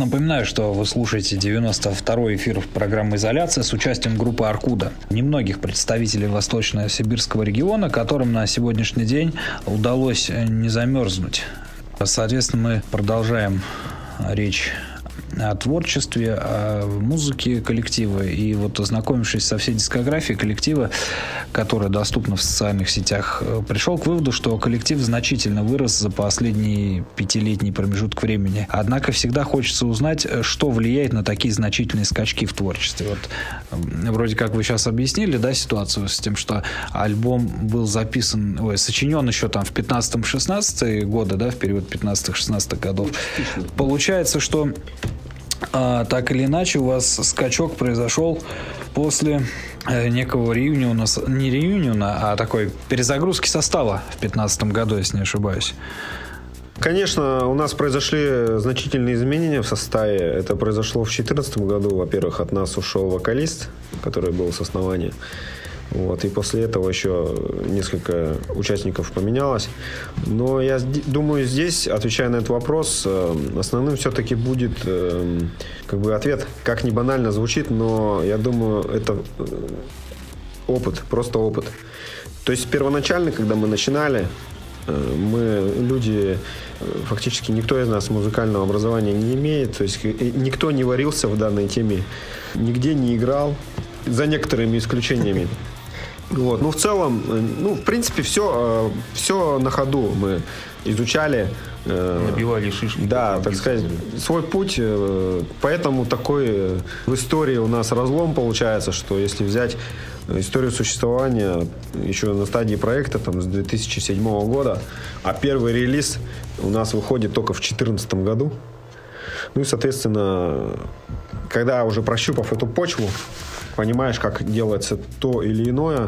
напоминаю, что вы слушаете девяносто второй эфир программы «Изоляция» с участием группы «Аркуда». Немногих представителей Восточно-Сибирского региона, которым на сегодняшний день удалось не замерзнуть. Соответственно, мы продолжаем речь о творчестве, о музыке коллектива. И вот, ознакомившись со всей дискографией коллектива, которая доступна в социальных сетях, пришел к выводу, что коллектив значительно вырос за последний пятилетний промежуток времени. Однако всегда хочется узнать, что влияет на такие значительные скачки в творчестве. Вот, вроде как вы сейчас объяснили, да, ситуацию с тем, что альбом был записан, ой, сочинен еще там в пятнадцатом-шестнадцатом годы, да, в период пятнадцатых-шестнадцатых годов. Получается, что А, так или иначе, у вас скачок произошел после э, некого реюниона, не реюниона, а такой перезагрузки состава в пятнадцатом году, если не ошибаюсь. Конечно, у нас произошли значительные изменения в составе. Это произошло в две тысячи четырнадцатом году. Во-первых, от нас ушел вокалист, который был с основания. Вот, и после этого еще несколько участников поменялось. Но я думаю, здесь, отвечая на этот вопрос, основным все-таки будет как бы ответ, как ни банально звучит, но я думаю, это опыт, просто опыт. То есть первоначально, когда мы начинали, мы люди, фактически никто из нас музыкального образования не имеет, то есть никто не варился в данной теме, нигде не играл, за некоторыми исключениями. Вот. Ну, в целом, ну, в принципе, все, все на ходу мы изучали. Набивали шишки. Да, так сказать, свой путь. Поэтому такой в истории у нас разлом получается, что если взять историю существования еще на стадии проекта там, с две тысячи седьмого года, а первый релиз у нас выходит только в две тысячи четырнадцатом году. Ну и, соответственно, когда уже прощупав эту почву, понимаешь, как делается то или иное,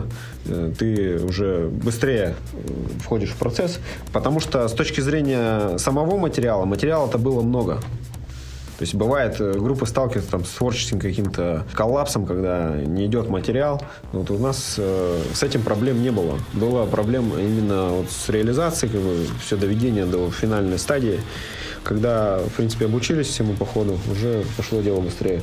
ты уже быстрее входишь в процесс. Потому что с точки зрения самого материала, материала-то было много. То есть бывает, группы сталкиваются там, с творческим каким-то коллапсом, когда не идет материал. Вот у нас э, с этим проблем не было. Была проблема именно вот с реализацией, как бы, все доведение до финальной стадии. Когда, в принципе, обучились всему по ходу, уже пошло дело быстрее.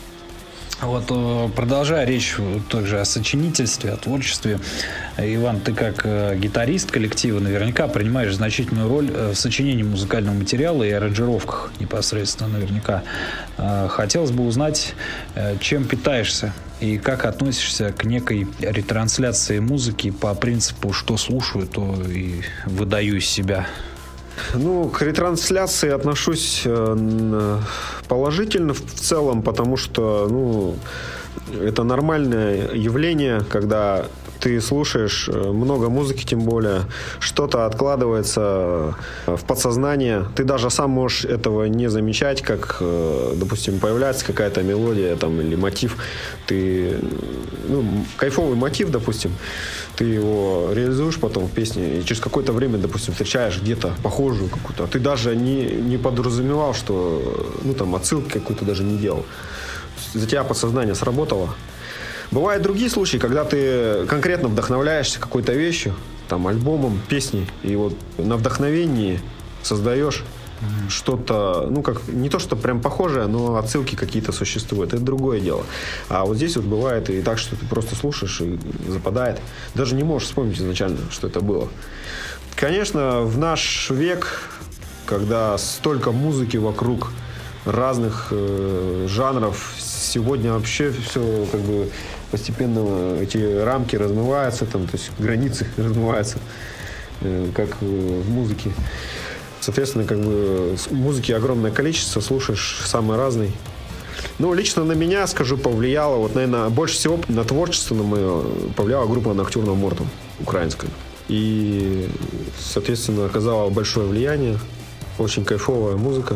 Вот, продолжая речь также о сочинительстве, о творчестве, Иван, ты как гитарист коллектива наверняка принимаешь значительную роль в сочинении музыкального материала и аранжировках непосредственно наверняка. Хотелось бы узнать, чем питаешься и как относишься к некой ретрансляции музыки по принципу «что слушаю, то и выдаю из себя». Ну, к ретрансляции отношусь положительно в целом, потому что, ну, это нормальное явление, когда ты слушаешь много музыки, тем более, что-то откладывается в подсознание. Ты даже сам можешь этого не замечать, как, допустим, появляется какая-то мелодия там, или мотив. Ты, ну, кайфовый мотив, допустим, ты его реализуешь потом в песне, и через какое-то время, допустим, встречаешь где-то похожую какую-то. Ты даже не, не подразумевал, что, ну, там, отсылки какую-то даже не делал. За тебя подсознание сработало. Бывают другие случаи, когда ты конкретно вдохновляешься какой-то вещью, там, альбомом, песней, и вот на вдохновении создаешь mm-hmm. что-то, ну, как, не то, что прям похожее, но отсылки какие-то существуют. Это другое дело. А вот здесь вот бывает и так, что ты просто слушаешь, и западает. Даже не можешь вспомнить изначально, что это было. Конечно, в наш век, когда столько музыки вокруг, разных э, жанров, сегодня вообще все как бы постепенно эти рамки размываются, там, то есть границы размываются, э, как э, в музыке. Соответственно, как бы музыки огромное количество, слушаешь самый разный. Ну, лично на меня, скажу, повлияло, вот, наверное, больше всего на творчество на мое повлияла группа Ноктюрна Мортум, украинская. И, соответственно, оказала большое влияние. Очень кайфовая музыка.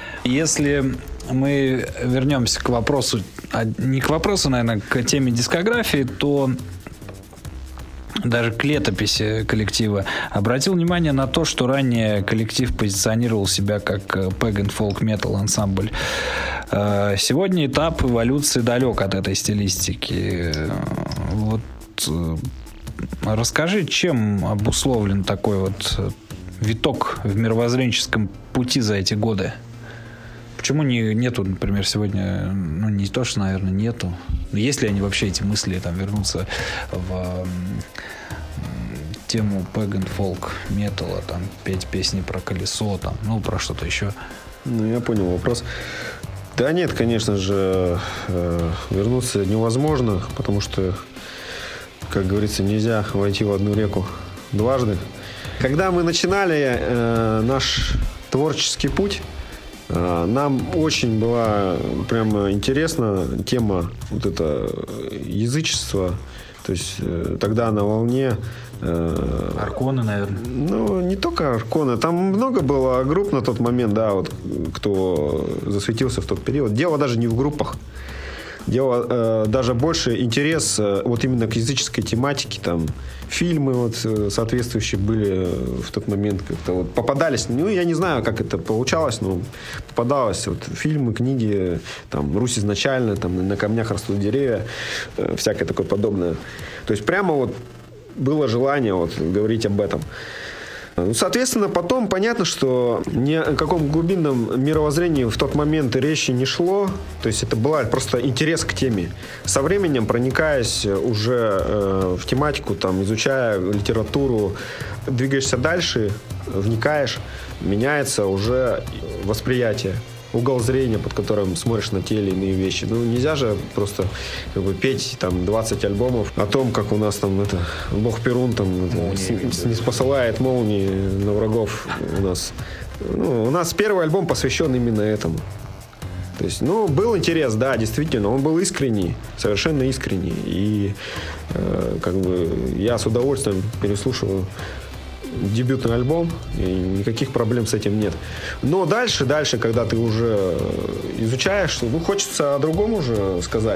Если мы вернемся к вопросу, не к вопросу, наверное, к теме дискографии, то даже к летописи коллектива, обратил внимание на то, что ранее коллектив позиционировал себя как pagan folk metal ансамбль. Сегодня этап эволюции далек от этой стилистики. Вот расскажи, чем обусловлен такой вот виток в мировоззренческом пути за эти годы? Почему не, нету, например, сегодня, ну, не то, что, наверное, нету, но есть ли они вообще, эти мысли, там, вернуться в тему пэган фолк металла, там, петь песни про колесо, там, ну, про что-то еще? Ну, я понял вопрос. Да нет, конечно же, э, вернуться невозможно, потому что, как говорится, нельзя войти в одну реку дважды. Когда мы начинали э, наш творческий путь, э, нам очень была прямо интересна тема вот это язычества. То есть э, тогда на волне... Э, Арконы, наверное. Ну, не только Арконы. Там много было групп на тот момент, да, вот, кто засветился в тот период. Дело даже не в группах. Дело э, даже больше интерес э, вот именно к языческой тематике. Там фильмы вот э, соответствующие были в тот момент как-то вот попадались. Ну, я не знаю, как это получалось, но попадалось. Вот фильмы, книги, там, Русь изначально, там, на камнях растут деревья, э, всякое такое подобное. То есть прямо вот было желание вот говорить об этом. Ну, соответственно, потом понятно, что ни о каком глубинном мировоззрении в тот момент речи не шло. То есть это был просто интерес к теме. Со временем, проникаясь уже э, в тематику, там, изучая литературу, двигаешься дальше, вникаешь, меняется уже восприятие, угол зрения, под которым смотришь на те или иные вещи. Ну, нельзя же просто как бы петь там двадцать альбомов о том, как у нас там это бог Перун там это, с, не спосылает молнии на врагов у нас. Ну, у нас первый альбом посвящен именно этому. То есть, ну, был интерес, да, действительно, он был искренний, совершенно искренний. И э, как бы я с удовольствием переслушиваю дебютный альбом, и никаких проблем с этим нет. Но дальше, дальше, когда ты уже изучаешь, ну, хочется о другом уже сказать.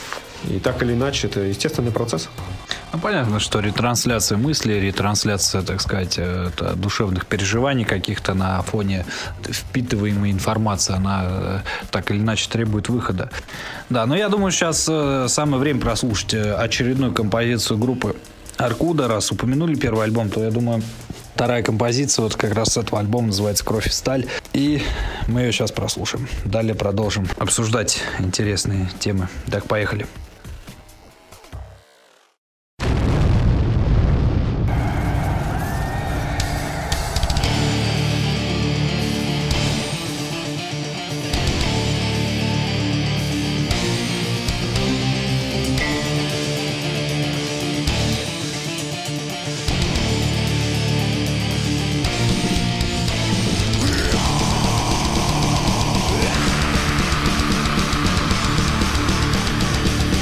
И так или иначе, это естественный процесс. Ну, понятно, что ретрансляция мыслей, ретрансляция, так сказать, это душевных переживаний каких-то на фоне впитываемой информации, она так или иначе требует выхода. Да, но я думаю, сейчас самое время прослушать очередную композицию группы Аркуда. Раз упомянули первый альбом, то, я думаю, вторая композиция вот как раз с этого альбома называется «Кровь и сталь». И мы ее сейчас прослушаем. Далее продолжим обсуждать интересные темы. Так, поехали. Yeah.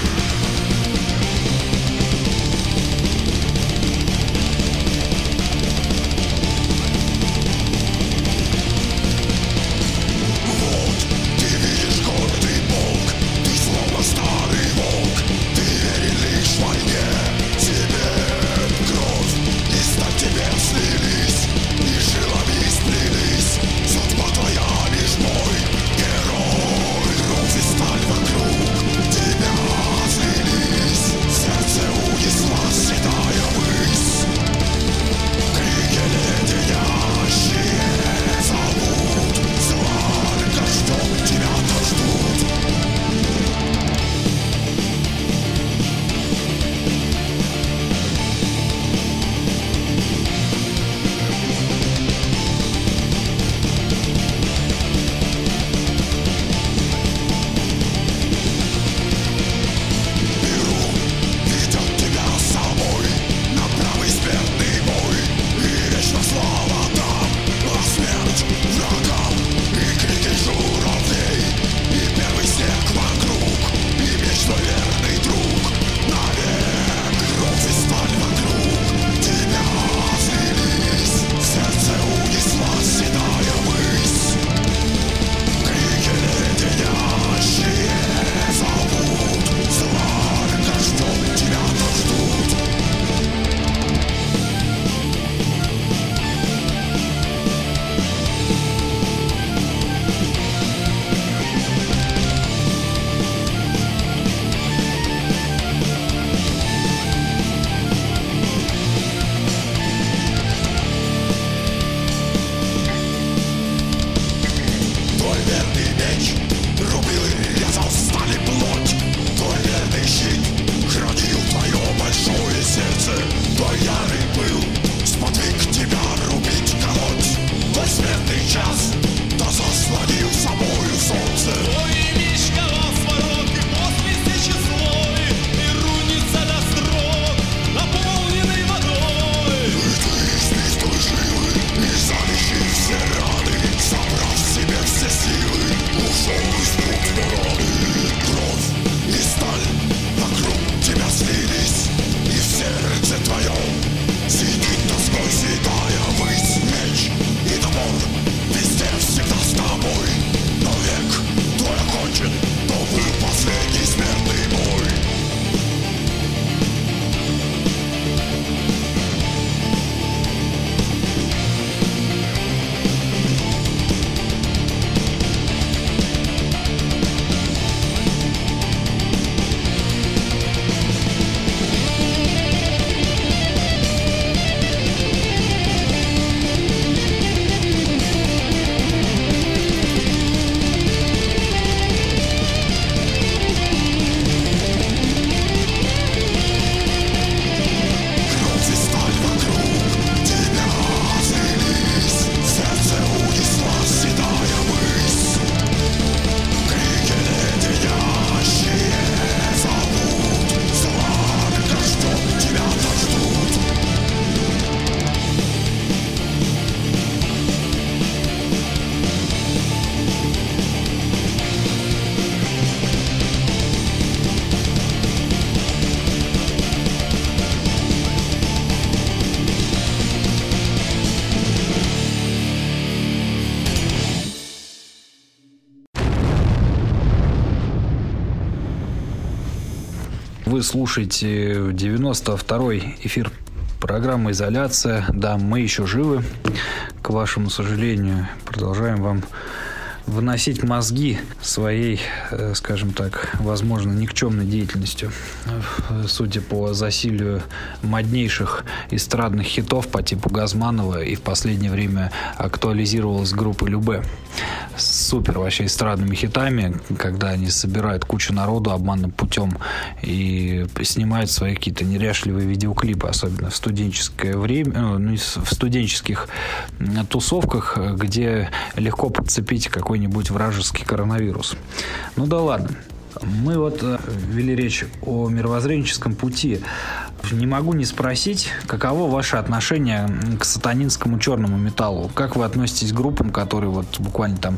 Вы слушаете девяносто второй эфир программы «Изоляция». Да, мы еще живы, к вашему сожалению. Продолжаем вам выносить мозги своей, скажем так, возможно, никчемной деятельностью. Судя по засилию моднейших эстрадных хитов по типу Газманова, и в последнее время актуализировалась группа Любэ с супер вообще эстрадными хитами, когда они собирают кучу народу обманным путем и снимают свои какие-то неряшливые видеоклипы, особенно в студенческое время, ну, в студенческих тусовках, где легко подцепить какой-нибудь вражеский коронавирус. Ну да ладно. Мы вот вели речь о мировоззренческом пути. Не могу не спросить, каково ваше отношение к сатанинскому черному металлу? Как вы относитесь к группам, которые вот буквально там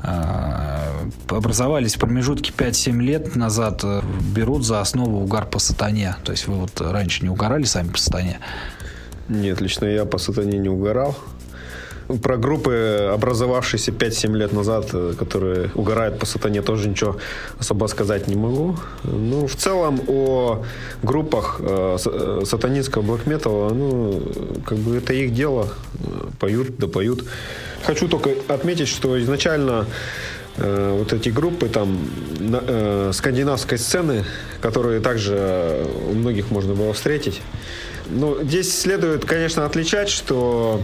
э, образовались в промежутке пять-семь лет назад, э, берут за основу угар по сатане? То есть вы вот раньше не угорали сами по сатане? Нет, лично я по сатане не угорал. Про группы, образовавшиеся пять-семь лет назад, которые угорают по сатане, тоже ничего особо сказать не могу. Ну, в целом, о группах э, сатанинского блэк-металла, ну, как бы это их дело. Поют, да поют. Хочу только отметить, что изначально э, вот эти группы там на, э, скандинавской сцены, которые также у многих можно было встретить. Ну, здесь следует, конечно, отличать, что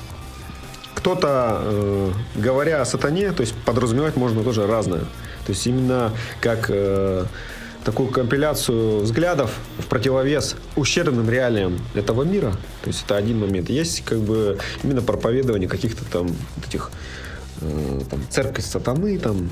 кто-то, э, говоря о сатане, то есть подразумевать можно тоже разное. То есть именно как э, такую компиляцию взглядов в противовес ущербным реалиям этого мира. То есть это один момент. Есть как бы именно проповедование каких-то там этих э, там, церковь сатаны, там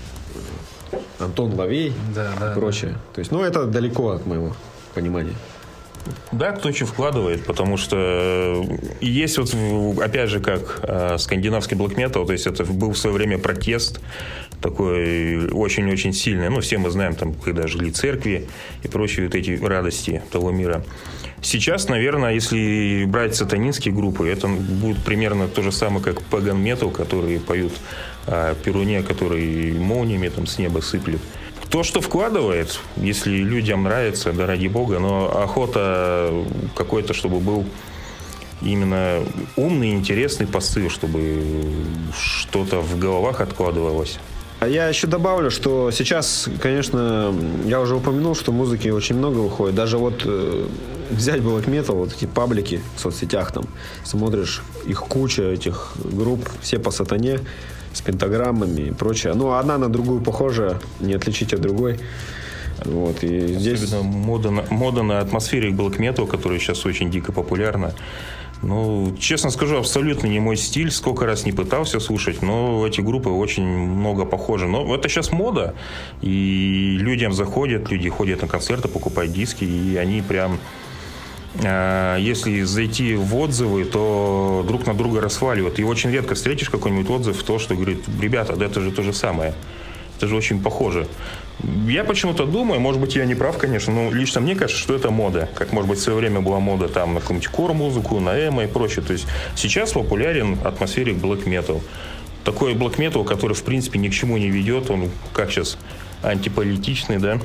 Антон Лавей, да, и да, прочее. Да. То есть, ну, это далеко от моего понимания. Да, кто что вкладывает, потому что есть вот, опять же, как э, скандинавский блэк-метал, то есть это был в свое время протест такой очень-очень сильный. Ну, все мы знаем, там, когда жгли церкви и прочие вот эти радости того мира. Сейчас, наверное, если брать сатанинские группы, это будет примерно то же самое, как паган метал, которые поют о Перуне, который молниями там с неба сыплет. То, что вкладывает, если людям нравится, да ради бога, но охота какой-то, чтобы был именно умный, интересный посыл, чтобы что-то в головах откладывалось. А я еще добавлю, что сейчас, конечно, я уже упомянул, что музыки очень много выходит. Даже вот э, взять блэк-метал, вот эти паблики в соцсетях, там, смотришь, их куча этих групп, все по сатане, с пентаграммами и прочее. Ну, одна на другую похожа, не отличить от другой. Вот, и здесь... Особенно мода на, мода на атмосфере блэк-метал, которая сейчас очень дико популярна. Ну, честно скажу, абсолютно не мой стиль. Сколько раз не пытался слушать, но эти группы очень много похожи. Но это сейчас мода, и людям заходят, люди ходят на концерты, покупают диски, и они прям... Если зайти в отзывы, то друг на друга расхваливают. И очень редко встретишь какой-нибудь отзыв, то, что говорит: ребята, да это же то же самое. Это же очень похоже. Я почему-то думаю, может быть, я не прав, конечно, но лично мне кажется, что это мода. Как, может быть, в свое время была мода там на какую-нибудь кор-музыку, на эмо и прочее. То есть сейчас популярен атмосферик блэк-метал. Такой блэк-метал, который, в принципе, ни к чему не ведет. Он, как сейчас... антиполитичный, да?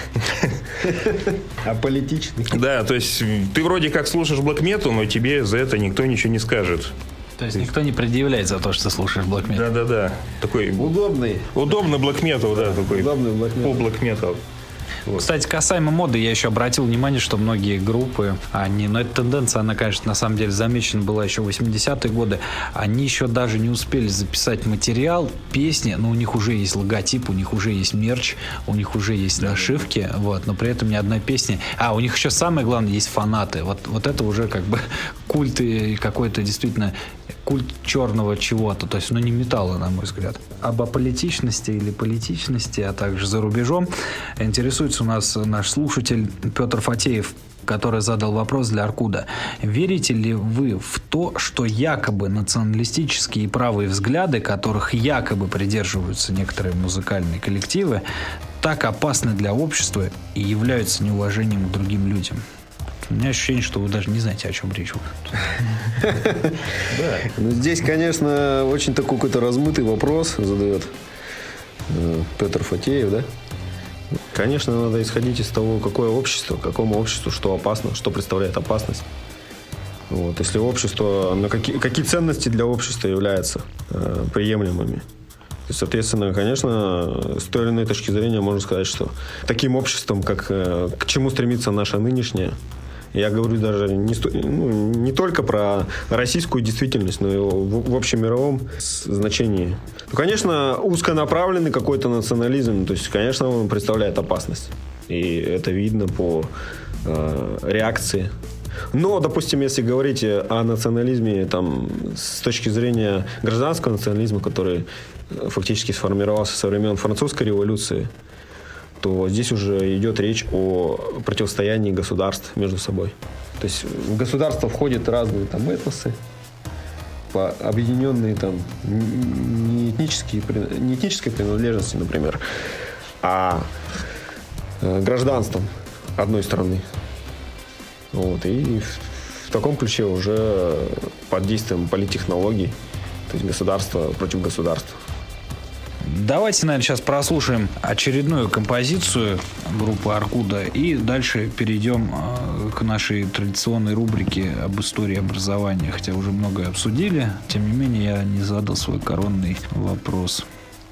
Аполитичный. Да, то есть ты вроде как слушаешь блэк-метал, но тебе за это никто ничего не скажет. То есть никто не предъявляет за то, что ты слушаешь блэк-метал. Да-да-да. Такой удобный. Удобный блэк-метал, да, такой. Удобный блэк-метал. По-блэк-метал. Вот. Кстати, касаемо моды, я еще обратил внимание, что многие группы, они, но эта тенденция, она, конечно, на самом деле замечена была еще в восьмидесятые годы, они еще даже не успели записать материал, песни, но у них уже есть логотип, у них уже есть мерч, у них уже есть да, нашивки, да. Вот, но при этом ни одной песни. А, у них еще самое главное, есть фанаты. Вот, вот это уже как бы культ и какой-то действительно культ черного чего-то, то есть, ну, не металла, на мой взгляд. Об аполитичности или политичности, а также за рубежом интересуется у нас наш слушатель Петр Фатеев, который задал вопрос для Аркуда. Верите ли вы в то, что якобы националистические и правые взгляды, которых якобы придерживаются некоторые музыкальные коллективы, так опасны для общества и являются неуважением к другим людям? У меня ощущение, что вы даже не знаете, о чем речь. Ну, здесь, конечно, очень такой какой-то размытый вопрос задает Петр Фатеев, да? Конечно, надо исходить из того, какое общество, какому обществу что опасно, что представляет опасность. Вот. Если общество, на какие, какие ценности для общества являются э, приемлемыми. То есть, соответственно, конечно, с той или иной точки зрения можно сказать, что таким обществом, как, э, к чему стремится наше нынешнее, я говорю даже не, ну, не только про российскую действительность, но и в, в общемировом значении. Ну, конечно, узконаправленный какой-то национализм, то есть, конечно, он представляет опасность. И это видно по э, реакции. Но, допустим, если говорить о национализме там, с точки зрения гражданского национализма, который фактически сформировался со времен французской революции, то здесь уже идет речь о противостоянии государств между собой. То есть в государство входят разные там этносы, объединенные там не, этнические, не этнической принадлежности, например, а гражданством одной страны. Вот, и в, в таком ключе уже под действием политтехнологий, то есть государство против государства. Давайте, наверное, сейчас прослушаем очередную композицию группы «Аркуда» и дальше перейдем э, к нашей традиционной рубрике об истории образования. Хотя уже многое обсудили, тем не менее я не задал свой коронный вопрос.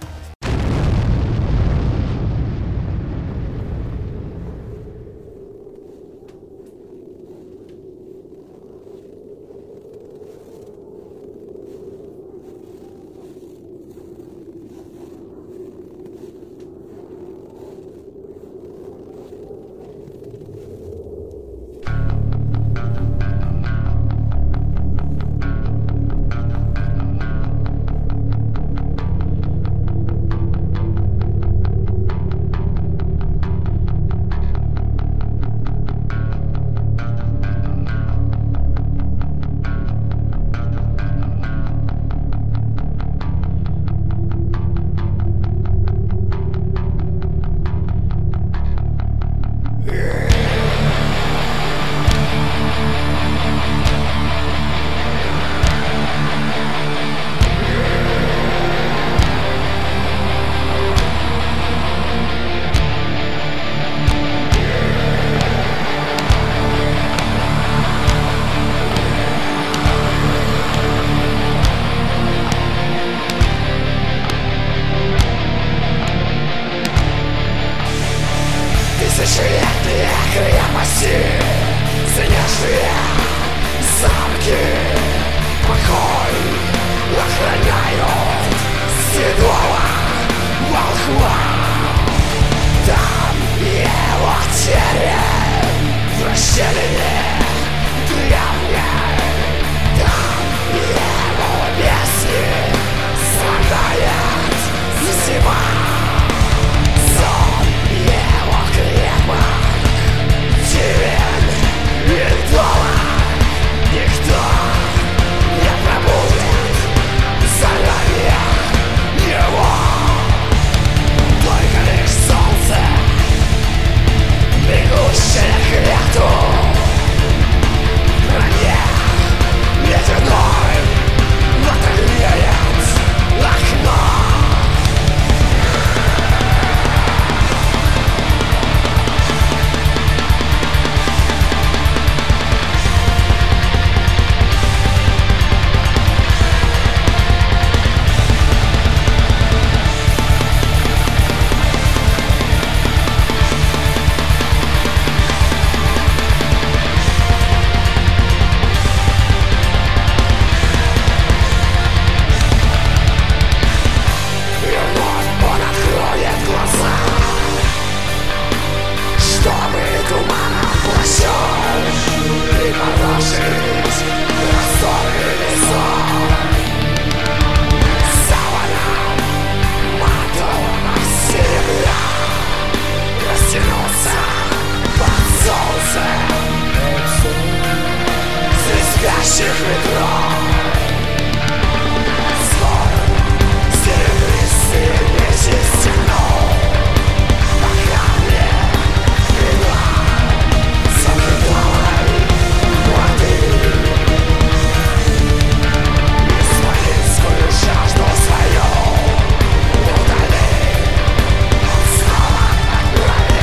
Тысячелетние крепости, снежные замки, покой охраняют седого волхва. Там его терем в расщелине древней, там его песни страдает зима. Деревен и дома никто не пробудет заранее его. Только лишь солнце, бегущее к лету, в броне ледяной отогреет окно. Жажду свою, вдали, он снова отправит.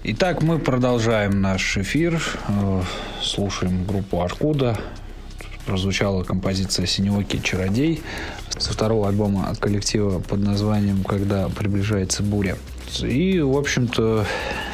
Итак, мы продолжаем наш эфир. Слушаем группу «Аркуда». Прозвучала композиция «Синеокий чародей» со второго альбома от коллектива под названием «Когда приближается буря». И, в общем-то,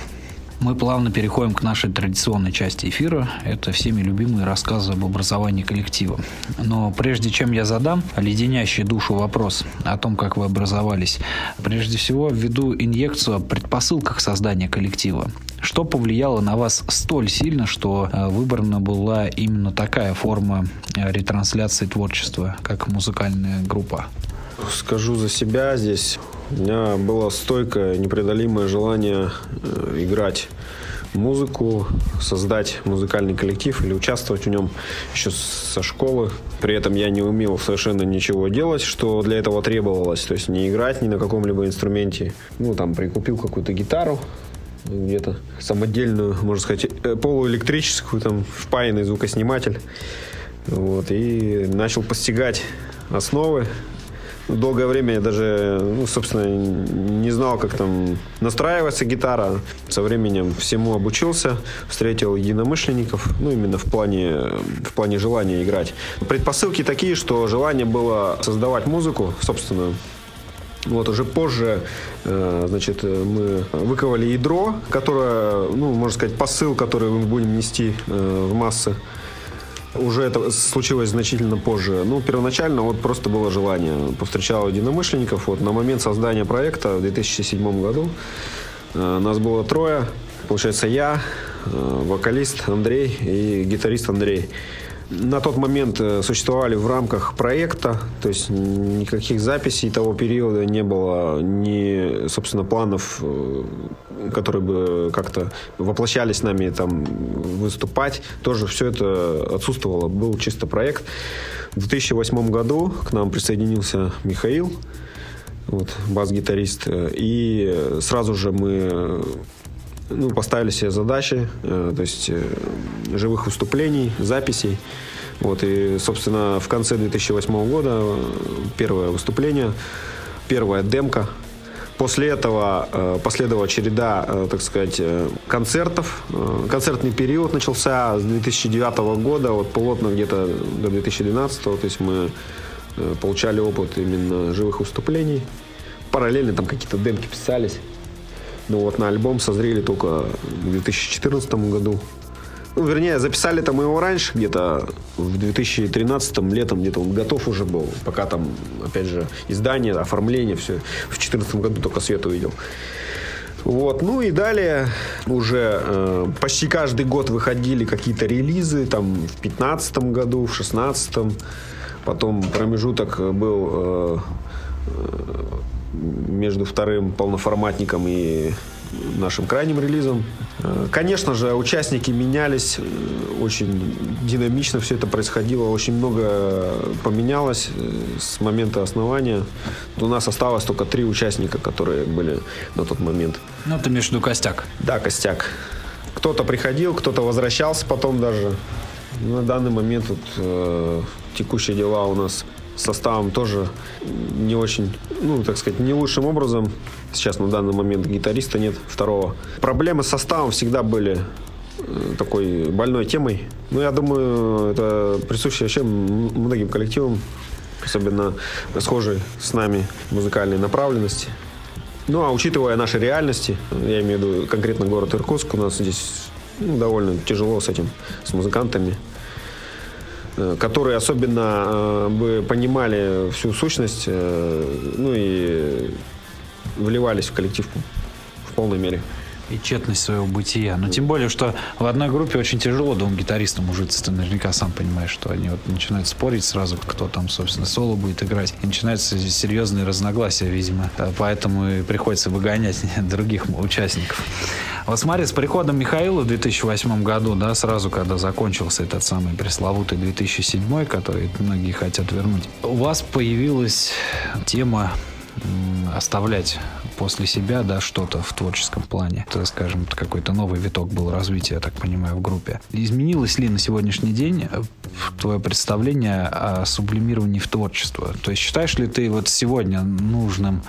мы плавно переходим к нашей традиционной части эфира. Это всеми любимые рассказы об образовании коллектива. Но прежде чем я задам леденящий душу вопрос о том, как вы образовались, прежде всего введу инъекцию о предпосылках создания коллектива. Что повлияло на вас столь сильно, что выбрана была именно такая форма ретрансляции творчества, как музыкальная группа? Скажу за себя здесь. У меня было стойкое, непреодолимое желание э, играть музыку, создать музыкальный коллектив или участвовать в нем еще со школы. При этом я не умел совершенно ничего делать, что для этого требовалось. То есть не играть ни на каком-либо инструменте. Ну, там, прикупил какую-то гитару, где-то самодельную, можно сказать, полуэлектрическую, там, впаянный звукосниматель. Вот, и начал постигать основы. Долгое время я даже, ну, собственно, не знал, как там настраивается гитара. Со временем всему обучился, встретил единомышленников, ну, именно в плане, в плане желания играть. Предпосылки такие, что желание было создавать музыку, собственно. Вот уже позже, значит, мы выковали ядро, которое, ну, можно сказать, посыл, который мы будем нести в массы. Уже это случилось значительно позже. Ну, первоначально вот просто было желание. Повстречал единомышленников. Вот на момент создания проекта в две тысячи седьмом году нас было трое. Получается, я, вокалист Андрей и гитарист Андрей. На тот момент существовали в рамках проекта, то есть никаких записей того периода не было, ни, собственно, планов, которые бы как-то воплощались с нами там выступать. Тоже все это отсутствовало, был чисто проект. В две тысячи восьмом году к нам присоединился Михаил, вот, бас-гитарист, и сразу же мы... Ну, поставили себе задачи, э, то есть э, живых выступлений, записей. Вот, и, собственно, в конце две тысячи восьмого года первое выступление, первая демка. После этого э, последовала череда, э, так сказать, э, концертов. Э, концертный период начался с две тысячи девятого года, вот плотно где-то до две тысячи двенадцатого. То есть мы э, получали опыт именно живых выступлений. Параллельно там какие-то демки писались. Ну вот на альбом созрели только в две тысячи четырнадцатом году. Ну, вернее, записали-то мы его раньше, где-то в две тысячи тринадцатом летом где-то он готов уже был. Пока там, опять же, издание, оформление, все. В две тысячи четырнадцатом году только свет увидел. Вот, ну и далее уже э, почти каждый год выходили какие-то релизы, там в пятнадцатом году, в шестнадцатом. Потом промежуток был... Э, э, между вторым полноформатником и нашим крайним релизом. Конечно же, участники менялись, очень динамично все это происходило, очень много поменялось с момента основания. У нас осталось только три участника, которые были на тот момент. Ну, ты имеешь в виду костяк? Да, костяк. Кто-то приходил, кто-то возвращался потом даже. На данный момент вот, э, текущие дела у нас с составом тоже не очень, ну, так сказать, не лучшим образом. Сейчас на данный момент гитариста нет, второго. Проблемы с составом всегда были такой больной темой. Но я думаю, это присуще вообще многим коллективам, особенно схожей с нами музыкальной направленности. Ну, а учитывая наши реальности, я имею в виду конкретно город Иркутск, у нас здесь, ну, довольно тяжело с этим, с музыкантами, которые особенно э, бы понимали всю сущность, э, ну и вливались в коллектив в полной мере. И тщетность своего бытия. Но тем более, что в одной группе очень тяжело двум гитаристам ужиться. Ты наверняка сам понимаешь, что они вот начинают спорить сразу, кто там, собственно, соло будет играть. И начинаются серьезные разногласия, видимо. Поэтому и приходится выгонять других участников. Вот смотри, с приходом Михаила в две тысячи восьмом году, да, сразу, когда закончился этот самый пресловутый две тысячи седьмой, который многие хотят вернуть, у вас появилась тема оставлять после себя, да, что-то в творческом плане. Это, скажем, какой-то новый виток был развития, я так понимаю, в группе. Изменилось ли на сегодняшний день твое представление о сублимировании в творчество? То есть считаешь ли ты вот сегодня нужным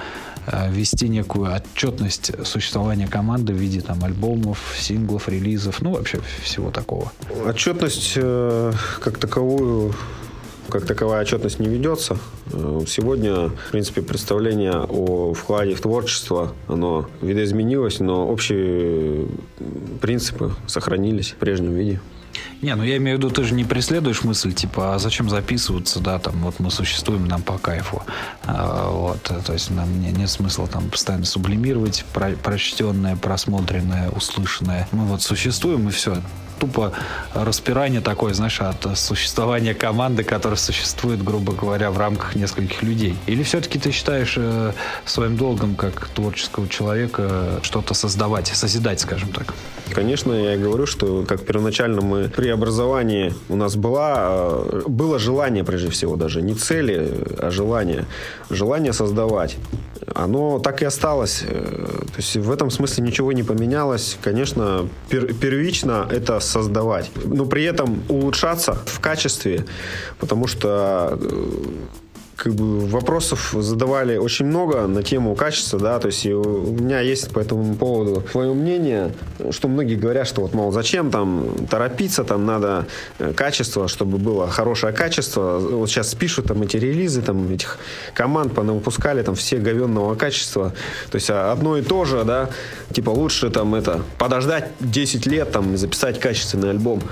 вести некую отчетность существования команды в виде там альбомов, синглов, релизов, ну вообще всего такого? Отчетность э, как таковую, как таковая отчетность не ведется. Сегодня, в принципе, представление о вкладе в творчество, оно видоизменилось, но общие принципы сохранились в прежнем виде. Не, ну я имею в виду, ты же не преследуешь мысль, типа, а зачем записываться, да, там, вот мы существуем, нам по кайфу. А, вот, то есть нам не, нет смысла там постоянно сублимировать про, прочтенное, просмотренное, услышанное. Мы вот существуем, и все. Тупо распирание такое, знаешь, от существования команды, которая существует, грубо говоря, в рамках нескольких людей. Или все-таки ты считаешь э, своим долгом, как творческого человека, что-то создавать, созидать, скажем так? Конечно, я и говорю, что как первоначально мы при образовании у нас была, было желание, прежде всего, даже не цели, а желание. Желание создавать. Оно так и осталось. То есть в этом смысле ничего не поменялось. Конечно, пер, первично это создавать. Но при этом улучшаться в качестве, потому что как бы вопросов задавали очень много на тему качества, да, то есть у меня есть по этому поводу свое мнение, что многие говорят, что вот, мол, зачем там торопиться, там надо качество, чтобы было хорошее качество. Вот сейчас пишут там эти релизы, там этих команд понавыпускали, там все говенного качества. То есть одно и то же, да, типа лучше там это подождать десять лет там и записать качественный альбом.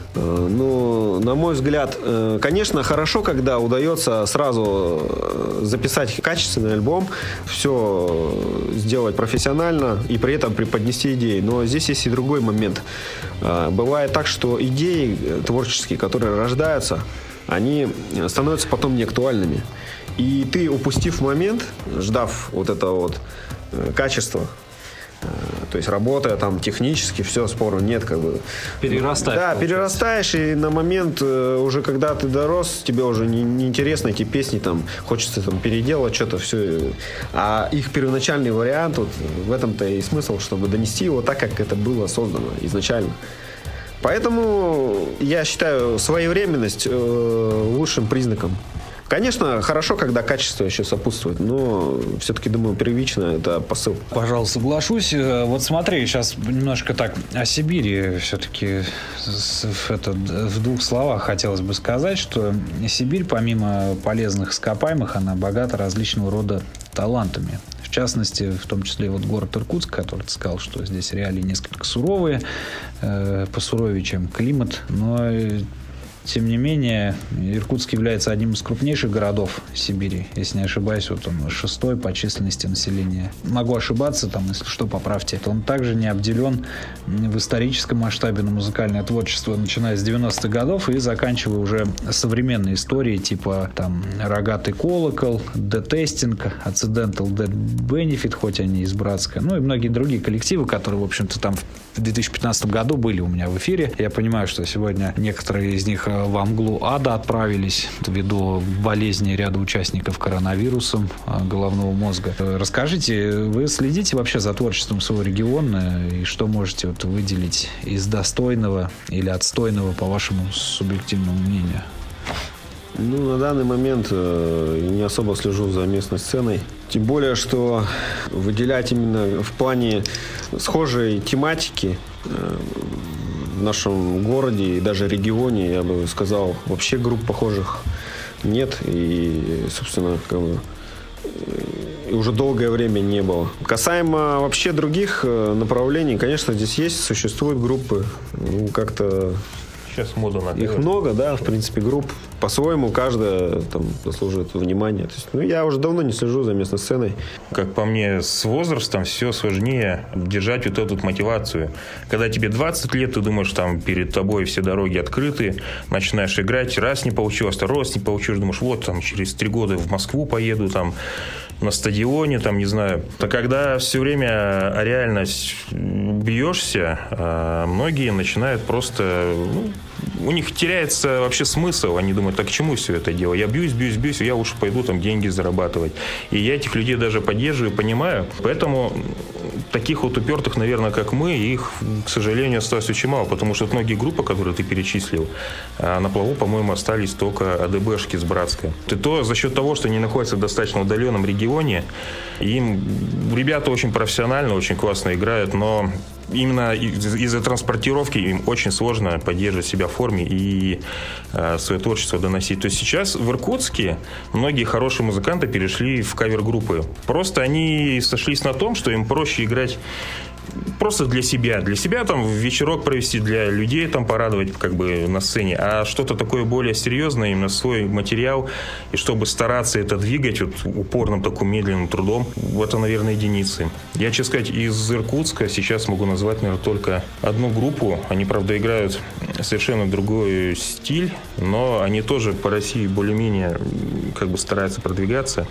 Ну, на мой взгляд, конечно, хорошо, когда удается сразу записать качественный альбом, все сделать профессионально и при этом преподнести идеи. Но здесь есть и другой момент. Бывает так, что идеи творческие, которые рождаются, они становятся потом неактуальными. И ты, упустив момент, ждав вот этого вот качества, то есть работая там технически, все, спору нет, как бы. Перерастаешь. Да, перерастаешь, и на момент уже, когда ты дорос, тебе уже не, не интересно эти песни, там, хочется там переделать что-то, все. А их первоначальный вариант, вот в этом-то и смысл, чтобы донести его так, как это было создано изначально. Поэтому я считаю своевременность э, лучшим признаком. Конечно, хорошо, когда качество еще сопутствует, но все-таки, думаю, первично это посыл. Пожалуй, соглашусь. Вот смотри, сейчас немножко так о Сибири все-таки это, в двух словах хотелось бы сказать, что Сибирь, помимо полезных ископаемых, она богата различного рода талантами. В частности, в том числе вот город Иркутск, который ты сказал, что здесь реалии несколько суровые, э, посуровее, чем климат, но тем не менее, Иркутск является одним из крупнейших городов Сибири. Если не ошибаюсь, вот он шестой по численности населения. Могу ошибаться, там, если что, поправьте. Он также не обделен в историческом масштабе на музыкальное творчество, начиная с девяностых годов и заканчивая уже современной историей, типа там «Рогатый колокол», «The Testing», «Accidental Dead Benefit», хоть они из Братска, ну и многие другие коллективы, которые, в общем-то, там в две тысячи пятнадцатом году были у меня в эфире. Я понимаю, что сегодня некоторые из них во мглу ада отправились ввиду болезни ряда участников коронавирусом головного мозга. Расскажите, вы следите вообще за творчеством своего региона и что можете вот выделить из достойного или отстойного, по вашему субъективному мнению? Ну, на данный момент э, не особо слежу за местной сценой. Тем более, что выделять именно в плане схожей тематики э, в нашем городе и даже регионе, я бы сказал, вообще групп похожих нет. И, собственно, как бы, и уже долгое время не было. Касаемо вообще других направлений, конечно, здесь есть, существуют группы. Ну, как-то... Сейчас мода на их много, да, в принципе, групп. По-своему, каждая там заслуживает внимания. То есть, ну, я уже давно не слежу за местной сценой. Как по мне, с возрастом все сложнее держать вот эту мотивацию. Когда тебе двадцать лет, ты думаешь, там перед тобой все дороги открыты, начинаешь играть, раз не получилось, а раз не получилось, думаешь, вот там через три года в Москву поеду, там на стадионе, там, не знаю. А когда все время о реальность бьешься, многие начинают просто, ну, у них теряется вообще смысл. Они думают, так к чему все это дело? Я бьюсь, бьюсь, бьюсь, я уж пойду там деньги зарабатывать. И я этих людей даже поддерживаю, понимаю. Поэтому таких вот упертых, наверное, как мы, их, к сожалению, осталось очень мало. Потому что многие группы, которые ты перечислил, на плаву, по-моему, остались только АДБшки с Братска. И то за счет того, что они находятся в достаточно удаленном регионе, им ребята очень профессионально, очень классно играют, но именно из- из-за транспортировки им очень сложно поддерживать себя в форме и э, свое творчество доносить. То есть сейчас в Иркутске многие хорошие музыканты перешли в кавер-группы. Просто они сошлись на том, что им проще играть просто для себя. Для себя там вечерок провести, для людей там порадовать как бы на сцене. А что-то такое более серьезное, именно свой материал, и чтобы стараться это двигать вот упорным таким медленным трудом, это, наверное, единицы. Я, честно сказать, из Иркутска сейчас могу назвать, наверное, только одну группу. Они, правда, играют совершенно другой стиль, но они тоже по России более-менее как бы стараются продвигаться.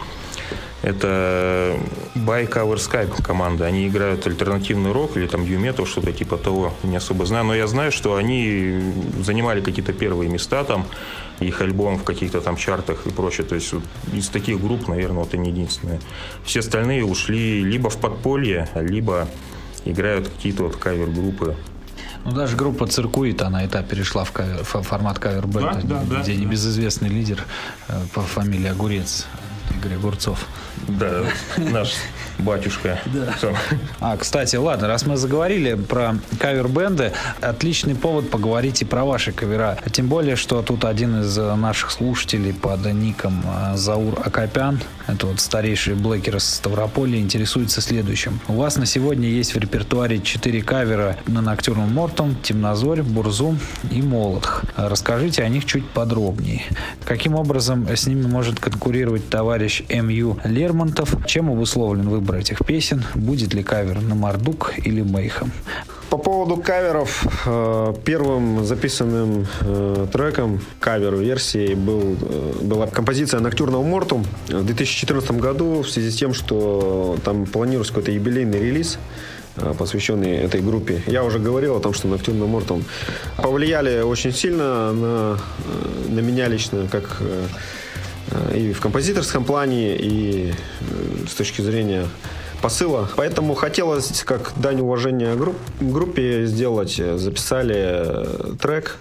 Это By Cover Skype команда. Они играют альтернативный рок или там нью-метал, что-то типа того. Не особо знаю. Но я знаю, что они занимали какие-то первые места там, их альбом в каких-то там чартах и прочее. То есть вот из таких групп, наверное, вот они единственные. Все остальные ушли либо в подполье, либо играют какие-то вот кавер-группы. Ну, даже группа «Циркуит», она это перешла в, кавер, в формат кавер-бенда, Да, да, где да. небезызвестный лидер э, по фамилии Огурец, Игорь Огурцов. Да, наш батюшка. Сам. А, кстати, ладно, раз мы заговорили про кавер-бенды, отличный повод поговорить и про ваши кавера. Тем более, что тут один из наших слушателей под ником Заур Акопян, это вот старейший блэкер из Ставрополя, интересуется следующим. У вас на сегодня есть в репертуаре четыре кавера на Ноктюрн Мортум, Темнозорь, Бурзум и Молотх. Расскажите о них чуть подробнее. Каким образом с ними может конкурировать товарищ Эм Ю Лермонтов? Чем обусловлен выбор этих песен? Будет ли кавер на Мардук или Мейхем? По поводу каверов, э, первым записанным э, треком кавер-версией был, э, была композиция «Ноктюрн Мортум» в две тысячи четырнадцатом году в связи с тем, что там планируется какой-то юбилейный релиз, э, посвященный этой группе. Я уже говорил о том, что «Ноктюрн Мортум» повлияли очень сильно на, на меня лично, как э, и в композиторском плане, и э, с точки зрения посыла. Поэтому хотелось, как дань уважения групп, группе сделать, записали трек.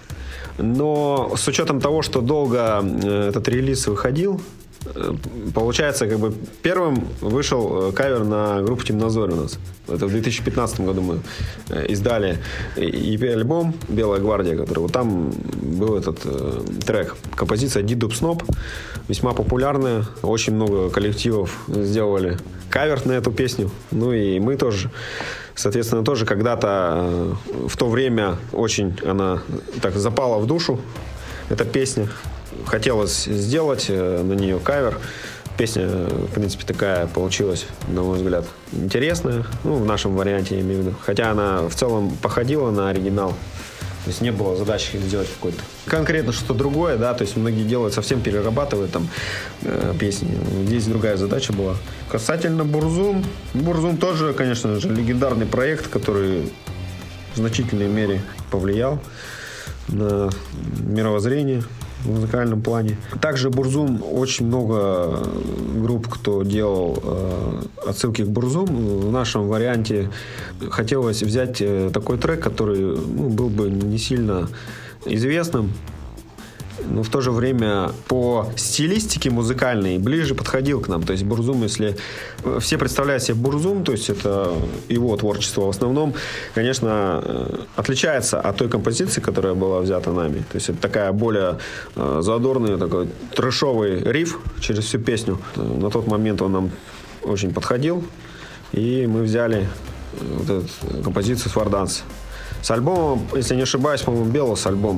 Но с учетом того, что долго этот релиз выходил, получается, как бы первым вышел кавер на группу «Темнозорь» у нас. Это в две тысячи пятнадцатом году мы издали и пи-альбом «Белая гвардия», который вот там был этот э, трек. Композиция «Дидуп Сноп», весьма популярная. Очень много коллективов сделали кавер на эту песню. Ну и мы тоже. Соответственно, тоже когда-то э, в то время очень она так запала в душу, эта песня. Хотелось сделать на нее кавер. Песня, в принципе, такая получилась, на мой взгляд, интересная. Ну, в нашем варианте, я имею в виду. Хотя она в целом походила на оригинал. То есть не было задачи сделать какой-то конкретно что-то другое, да. То есть многие делают, совсем перерабатывают там э, песни. Здесь другая задача была. Касательно Бурзум. Бурзум тоже, конечно же, легендарный проект, который в значительной мере повлиял на мировоззрение в музыкальном плане. Также Бурзум, очень много групп, кто делал э, отсылки к Бурзум. В нашем варианте хотелось взять э, такой трек, который ну, был бы не сильно известным, но в то же время по стилистике музыкальной ближе подходил к нам. То есть Бурзум, если все представляют себе Бурзум, то есть это его творчество в основном, конечно, отличается от той композиции, которая была взята нами. То есть это такая более задорный, такой трэшовый риф через всю песню. На тот момент он нам очень подходил, и мы взяли вот эту композицию «Сварданс». С альбомом, если не ошибаюсь, по-моему, «Белос» альбом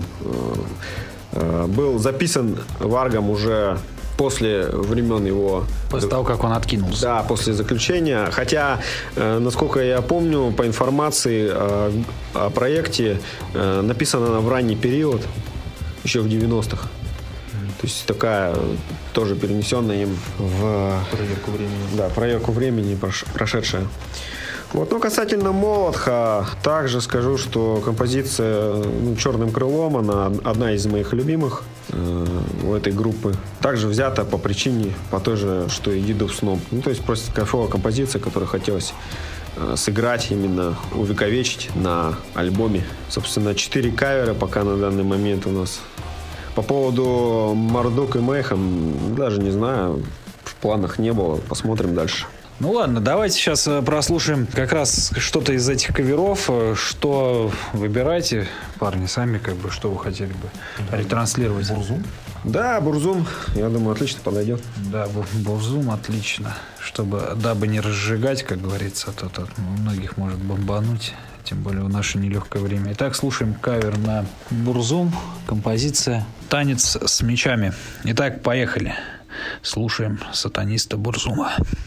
был записан Варгом уже после времен его... После того, как он откинулся. Да, после заключения. Хотя, э, насколько я помню, по информации э, о проекте, э, написано она в ранний период, еще в девяностых. То есть такая тоже перенесенная им в... Проверку времени. Да, проверку времени прошедшая. Вот, ну, касательно Молотха, также скажу, что композиция ну, «Черным крылом», она одна из моих любимых э, у этой группы. Также взята по причине, по той же, что и «Еду в сном». Ну, то есть просто кайфовая композиция, которую хотелось э, сыграть, именно увековечить на альбоме. Собственно, четыре кавера пока на данный момент у нас. По поводу Мардук и Мэйхэм, даже не знаю, в планах не было. Посмотрим дальше. Ну ладно, давайте сейчас прослушаем как раз что-то из этих каверов. Что выбирайте, парни, сами, как бы, что вы хотели бы да. ретранслировать. Бурзум? Да, Бурзум, я думаю, отлично подойдет. Да, Бурзум отлично. Чтобы, дабы не разжигать, как говорится, то, то многих может бомбануть. Тем более в наше нелегкое время. Итак, слушаем кавер на Бурзум. Композиция «Танец с мечами». Итак, поехали. Слушаем сатаниста Бурзума.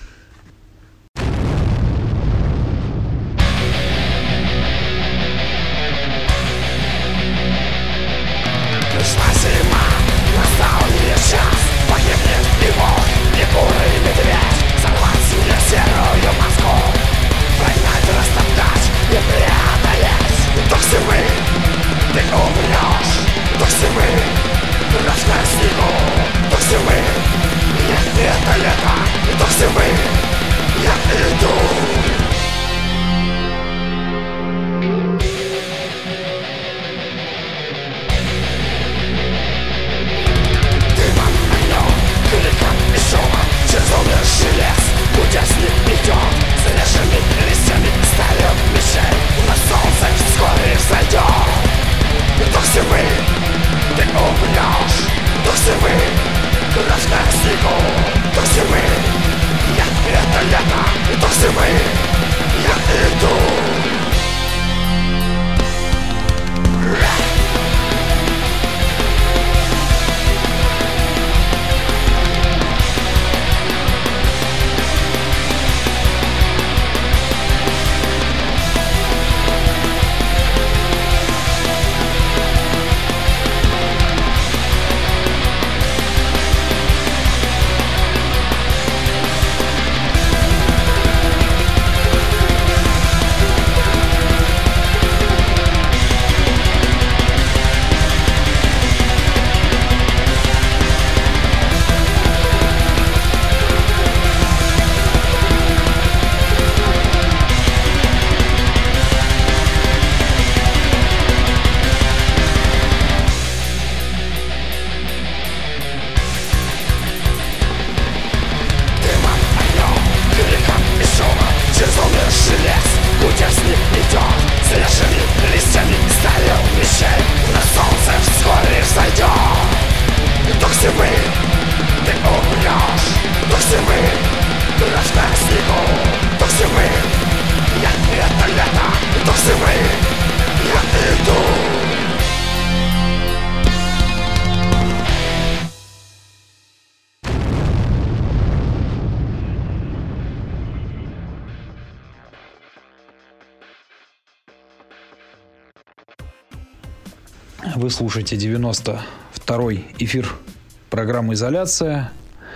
Пришла зима, настал ее час. Погибнет его непурый медведь. Сорвать себе серую маску, прогнать, растоптать и преодолеть. Дух зимы, ты умрешь. Дух зимы, кровь на снегу. Дух зимы, нет, это лето. Дух зимы, я иду. Черзумерший лес, будя с ним идет, заряженный листьями сталью мечей. На солнце вскоре взойдет. Дух зимы, ты умрешь. Дух зимы, кровь на снегу. Дух зимы, я это лето. Дух зимы, я иду. Вы слушаете девяносто второй эфир программы «Изоляция»,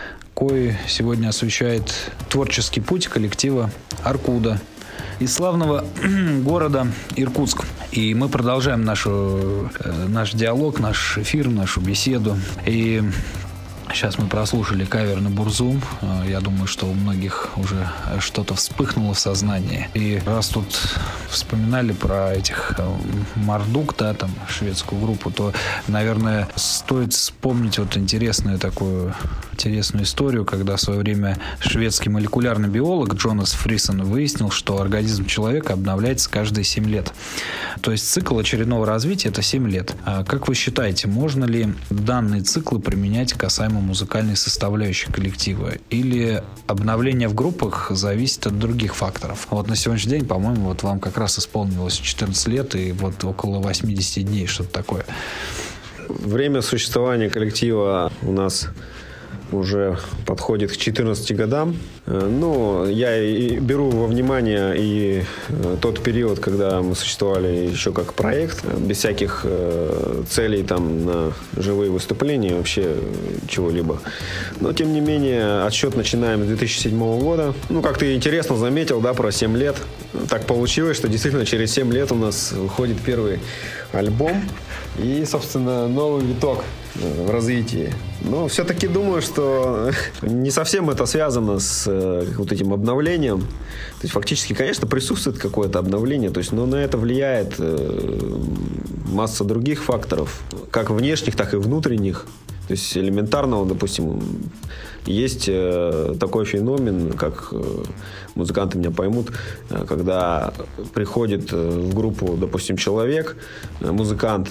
кой сегодня освещает творческий путь коллектива «Аркуда» из славного города Иркутск. И мы продолжаем нашу, наш диалог, наш эфир, нашу беседу. И сейчас мы прослушали кавер на Бурзум. Я думаю, что у многих уже что-то вспыхнуло в сознании. И раз тут вспоминали про этих Мардук, да, там, шведскую группу, то, наверное, стоит вспомнить вот интересную такую интересную историю, когда в свое время шведский молекулярный биолог Джонас Фрисон выяснил, что организм человека обновляется каждые семь лет. То есть цикл очередного развития – это семь лет. А как вы считаете, можно ли данные циклы применять касаемо музыкальной составляющей коллектива? Или обновление в группах зависит от других факторов? Вот на сегодняшний день, по-моему, вот вам как раз исполнилось четырнадцать лет и вот около восемьдесят дней, что-то такое. Время существования коллектива у нас уже подходит к четырнадцати годам. Ну, я и беру во внимание и тот период, когда мы существовали еще как проект, без всяких целей там на живые выступления, вообще чего-либо. Но, тем не менее, отсчет начинаем с две тысячи седьмого года. Ну, как ты интересно заметил, да, про семь лет. Так получилось, что действительно через семь лет у нас выходит первый альбом и, собственно, новый виток в развитии. Но все-таки думаю, что не совсем это связано с вот этим обновлением. То есть фактически, конечно, присутствует какое-то обновление, то есть, но на это влияет масса других факторов, как внешних, так и внутренних. То есть элементарно, допустим, есть такой феномен, как музыканты меня поймут, когда приходит в группу, допустим, человек, музыкант,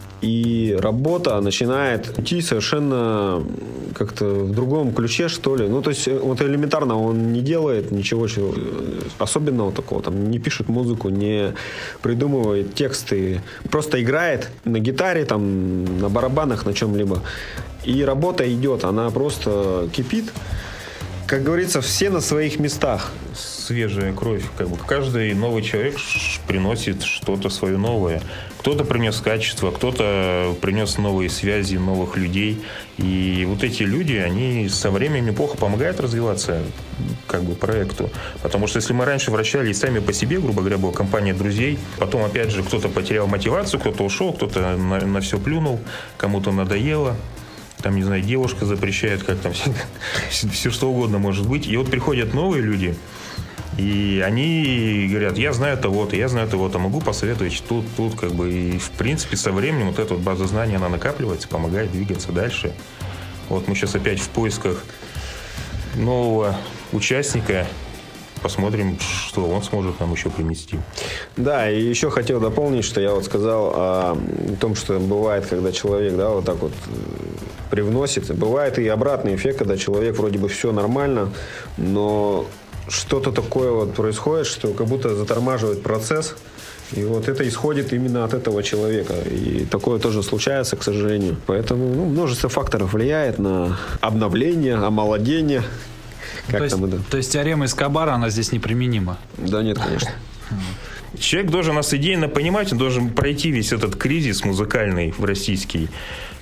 и работа начинает идти совершенно как-то в другом ключе, что ли. Ну, то есть, вот элементарно он не делает ничего чего особенного такого, там, не пишет музыку, не придумывает тексты, просто играет на гитаре, там, на барабанах, на чем-либо. И работа идет, она просто кипит. Как говорится, все на своих местах. Свежая кровь. Как бы каждый новый человек приносит что-то свое новое. Кто-то принес качество, кто-то принес новые связи, новых людей. И вот эти люди, они со временем неплохо помогают развиваться как бы проекту. Потому что если мы раньше вращались сами по себе, грубо говоря, была компания друзей, потом опять же кто-то потерял мотивацию, кто-то ушел, кто-то на, на все плюнул, кому-то надоело. Там, не знаю, девушка запрещает, как там, все, все что угодно может быть. И вот приходят новые люди, и они говорят, я знаю того-то, я знаю того-то, могу посоветовать тут, тут, как бы. И, в принципе, со временем вот эта вот база знаний, она накапливается, помогает двигаться дальше. Вот мы сейчас опять в поисках нового участника. Посмотрим, что он сможет нам еще принести. Да, и еще хотел дополнить, что я вот сказал о том, что бывает, когда человек, да, вот так вот привносит. Бывает и обратный эффект, когда человек вроде бы все нормально, но что-то такое вот происходит, что как будто затормаживает процесс. И вот это исходит именно от этого человека. И такое тоже случается, к сожалению. Поэтому ну, множество факторов влияет на обновление, омолодение. Как то, есть, там это? то есть теорема Эскобара, она здесь неприменима? Да нет, конечно. Человек должен нас идейно понимать, он должен пройти весь этот кризис музыкальный в российский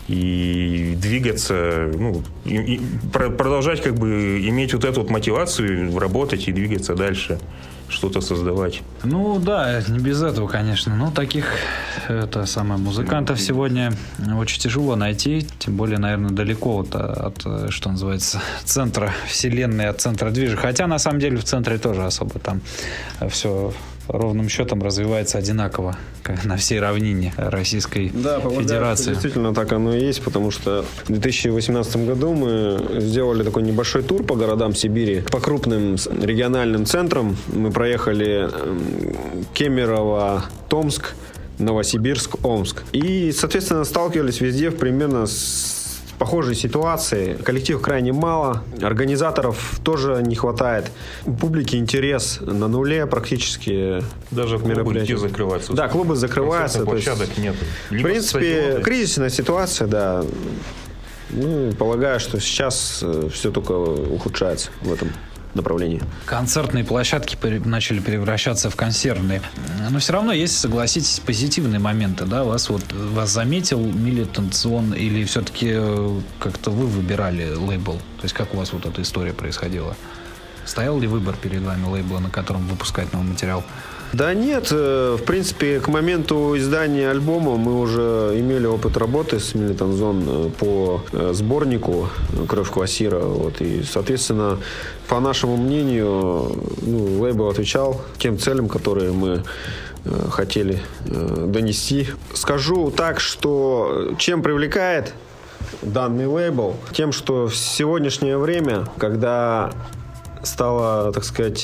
и двигаться, ну, и, и продолжать как бы иметь вот эту вот мотивацию работать и двигаться дальше, что-то создавать. Ну да, не без этого, конечно. Но таких это самое, музыкантов сегодня очень тяжело найти, тем более, наверное, далеко от, от, что называется, центра вселенной, от центра движа. Хотя, на самом деле, в центре тоже особо там все ровным счетом развивается одинаково, как на всей равнине Российской да, Федерации. Действительно так оно и есть, потому что в две тысячи восемнадцатом году мы сделали такой небольшой тур по городам Сибири, по крупным региональным центрам. Мы проехали Кемерово, Томск, Новосибирск, Омск. И, соответственно, сталкивались везде примерно с похожей ситуации. Коллективов крайне мало, организаторов тоже не хватает. У публики интерес на нуле практически. Даже клубы где закрываются. Да, клубы закрываются. Площадок есть, нет. В принципе, стадионы. Кризисная ситуация, да. Ну, полагаю, что сейчас все только ухудшается в этом направлении. Концертные площадки начали превращаться в консервные. Но все равно есть, согласитесь, позитивные моменты, да? Вас вот вас заметил Милитант или все-таки как-то вы выбирали лейбл? То есть как у вас вот эта история происходила? Стоял ли выбор перед вами лейбла, на котором выпускать новый материал? Да нет, в принципе, к моменту издания альбома мы уже имели опыт работы с Militant Zone по сборнику «Кровь Квасира». Вот, и, соответственно, по нашему мнению, ну, лейбл отвечал тем целям, которые мы хотели донести. Скажу так, что чем привлекает данный лейбл? Тем, что в сегодняшнее время, когда стало, так сказать,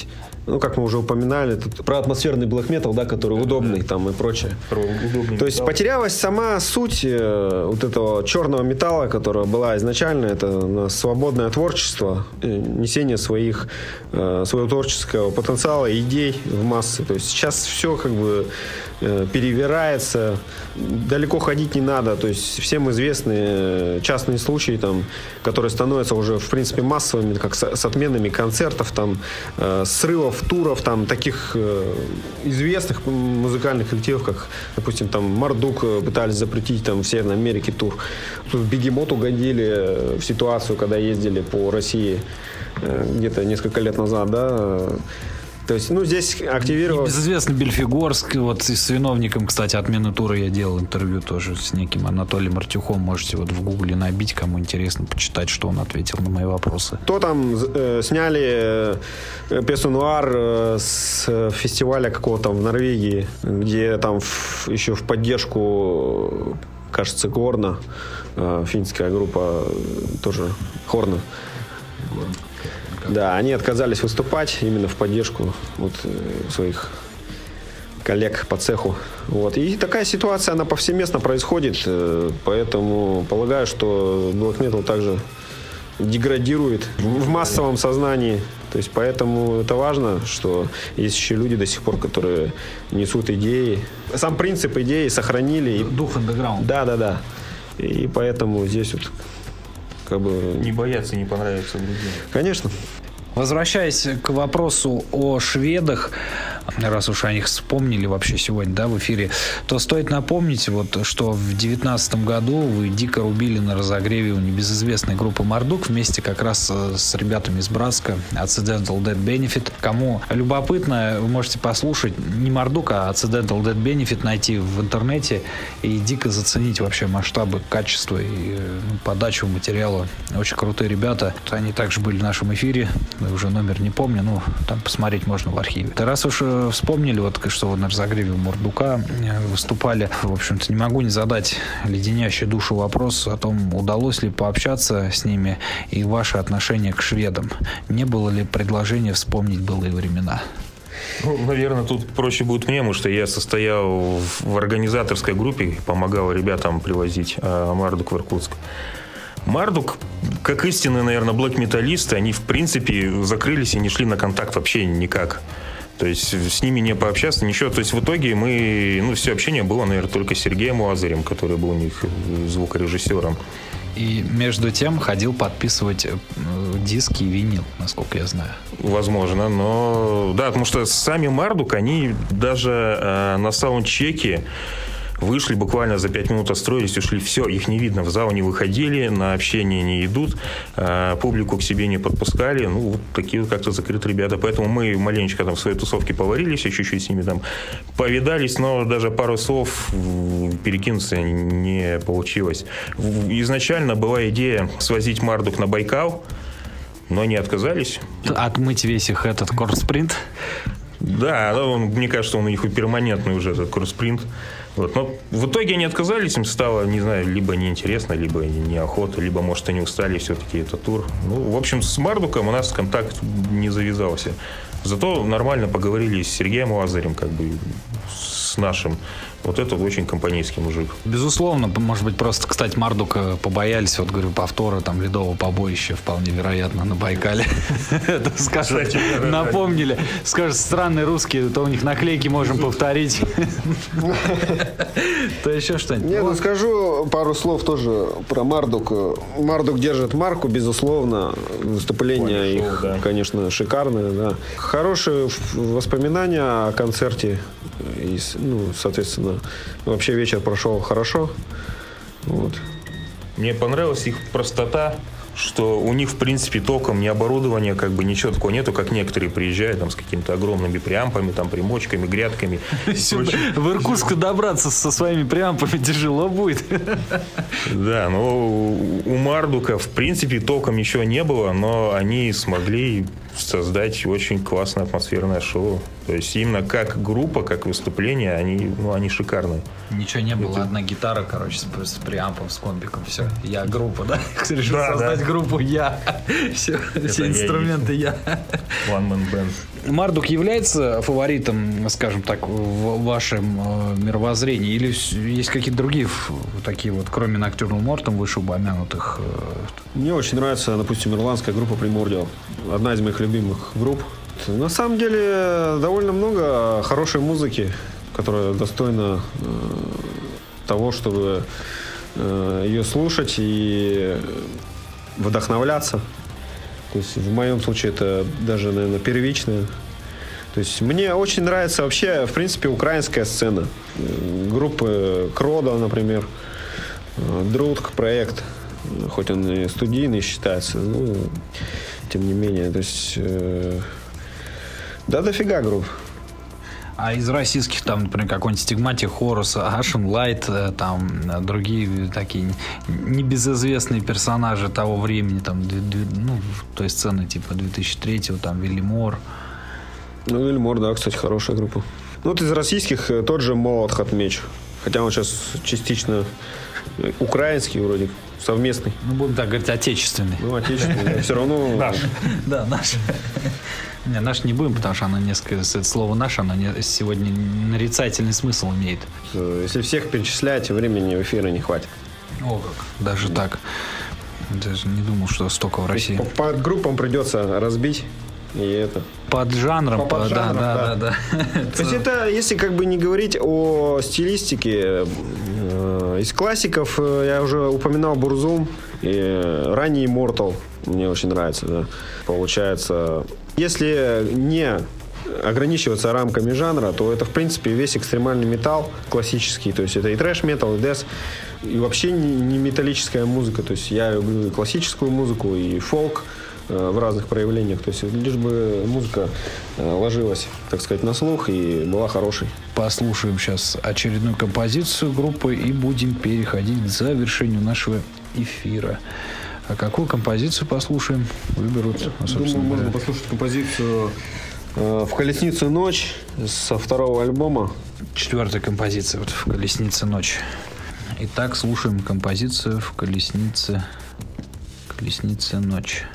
ну, как мы уже упоминали, тут про атмосферный black metal, да, который удобный там и прочее. Про удобный То есть металл. потерялась сама суть э, вот этого черного металла, которая была изначально, это на свободное творчество, э, несение своих, э, своего творческого потенциала, идей в массы. То есть сейчас все как бы э, перевирается, далеко ходить не надо. То есть всем известны частные случаи, там, которые становятся уже в принципе массовыми, как с, с отменами концертов, там, э, срывов туров, там, таких э, известных музыкальных коллективов, как, допустим, там Мардук пытались запретить там в Северной Америке тур. Тут Бегемот угодили в ситуацию, когда ездили по России э, где-то несколько лет назад, да. То есть, ну, здесь активировалось... Безызвестный Бельфигорск, вот и с виновником, кстати, отмены тура я делал интервью тоже с неким Анатолием Артюхом. Можете вот в гугле набить, кому интересно, почитать, что он ответил на мои вопросы. То там э, сняли э, Песо Нуар э, с фестиваля какого-то в Норвегии, где там в, еще в поддержку, кажется, Горна, э, финская группа, э, тоже Хорна. Да, они отказались выступать именно в поддержку вот, своих коллег по цеху. Вот. И такая ситуация, она повсеместно происходит, поэтому полагаю, что black metal также деградирует в массовом сознании. То есть поэтому это важно, что есть еще люди до сих пор, которые несут идеи. Сам принцип идеи сохранили. Дух андеграунда. Да, да, да. И поэтому здесь вот как бы... Не бояться не понравится другим. Конечно. Возвращаясь к вопросу о шведах, раз уж о них вспомнили вообще сегодня, да, в эфире, то стоит напомнить, вот, что в девятнадцатом году вы дико рубили на разогреве у небезызвестной группы Мардук вместе как раз с ребятами из Братска, Accidental Death Benefit. Кому любопытно, вы можете послушать не Мардук, а Accidental Death Benefit найти в интернете и дико заценить вообще масштабы, качество и ну, подачу материала. Очень крутые ребята. Они также были в нашем эфире. Уже номер не помню, ну, там посмотреть можно в архиве. Да раз уж вспомнили, вот, что вот на разогреве у Мардука выступали, в общем-то, не могу не задать леденящий душу вопрос о том, удалось ли пообщаться с ними и ваше отношение к шведам. Не было ли предложения вспомнить былые времена? Ну, наверное, тут проще будет мне, потому что я состоял в организаторской группе, помогал ребятам привозить э, Мардук в Иркутск. Мардук, как истинные, наверное, блэк-металлисты, они, в принципе, закрылись и не шли на контакт вообще никак. То есть с ними не пообщаться, ничего. То есть в итоге мы, ну, все общение было, наверное, только с Сергеем Лазарем, который был у них звукорежиссером. И между тем ходил подписывать диски и винил, насколько я знаю. Возможно, но... Да, потому что сами Мардук, они даже э, на саундчеке вышли буквально за пять минут, отстроились, ушли. Все, их не видно. В зал не выходили, на общение не идут, э, публику к себе не подпускали. Ну, вот такие вот как-то закрыты ребята. Поэтому мы маленечко там в своей тусовке поварились, чуть-чуть с ними там повидались, но даже пару слов перекинуться не получилось. Изначально была идея свозить Мардук на Байкал, но они отказались. Отмыть весь их этот корспринт? Да, он, мне кажется, он у них перманентный уже, этот корспринт. Вот. Но в итоге они отказались, им стало, не знаю, либо неинтересно, либо неохота, либо, может, они устали все-таки этот тур. Ну, в общем, с Мардуком у нас контакт не завязался. Зато нормально поговорили с Сергеем Лазарем, как бы, с нашим. Вот это очень компанейский мужик. Безусловно, может быть, просто, кстати, Мардука побоялись, вот, говорю, повтора, там, ледового побоища, вполне вероятно, на Байкале. Это, скажут, напомнили. Скажут, странные русские, то у них наклейки можем повторить. То еще что-нибудь. Нет, ну скажу пару слов тоже про Мардук. Мардук держит марку, безусловно. Выступления их, конечно, шикарные, да. Хорошие воспоминания о концерте. И, ну, соответственно, вообще вечер прошел хорошо. Вот. Мне понравилась их простота, что у них, в принципе, толком ни оборудования, как бы ничего такого нету, как некоторые приезжают там с какими-то огромными преампами, там, примочками, грядками. В Иркутск добраться со своими преампами тяжело будет. Да, но у Мардука, в принципе, толком ничего не было, но они смогли создать очень классное атмосферное шоу. То есть именно как группа, как выступление, они, ну, они шикарные. Ничего не было, одна гитара, короче, с, с преампом, с комбиком, все. Я группа, да? Решил да, создать да. группу я. Все, все инструменты я. One man band. Мардук является фаворитом, скажем так, в вашем э, мировоззрении? Или есть какие-то другие такие вот, кроме Nocturnal Mortem, вышеупомянутых? Э... Мне очень нравится, допустим, ирландская группа Primordial. Одна из моих любимых групп. На самом деле довольно много хорошей музыки, которая достойна э, того, чтобы э, ее слушать и вдохновляться. То есть в моем случае это даже, наверное, первичное. То есть мне очень нравится вообще, в принципе, украинская сцена. Группы Крода, например, Друдк проект, хоть он и студийный считается, но тем не менее. То есть э, да, дофига групп. А из российских, там, например, какой-нибудь Стигматик, Хорус, Ashen Light, там, другие такие небезызвестные персонажи того времени, там, ну, той сцены, типа, две тысячи третьего, там, Вильмор. Ну, Вильмор, да, кстати, хорошая группа. Ну, вот из российских тот же Молот отмечу. Хотя он сейчас частично украинский вроде, совместный. Ну, будем так говорить, отечественный. Ну, отечественный, все равно... Наш. Да, наш. Не, наш не будем, потому что оно несколько, это слово «наш», оно сегодня нарицательный смысл имеет. Если всех перечислять, времени в эфире не хватит. О, как, даже да. так. Даже не думал, что столько в России. По, по группам придется разбить. И это. Под жанром, по, под жанром, да, да, да, да, да. То есть это, если как бы не говорить о стилистике, э, из классиков я уже упоминал Бурзум и ранний Immortal. Мне очень нравится, да. Получается, если не ограничиваться рамками жанра, то это, в принципе, весь экстремальный металл классический. То есть это и трэш-метал, и дэс, и вообще не, не металлическая музыка. То есть я люблю и классическую музыку, и фолк э, в разных проявлениях. То есть лишь бы музыка э, ложилась, так сказать, на слух и была хорошей. Послушаем сейчас очередную композицию группы и будем переходить к завершению нашего эфира. А какую композицию послушаем? Выберут. Думаю, можно послушать композицию э, «В колесницу ночь» со второго альбома. Четвертая композиция вот «В колеснице ночь». Итак, слушаем композицию «В колеснице, колеснице ночь».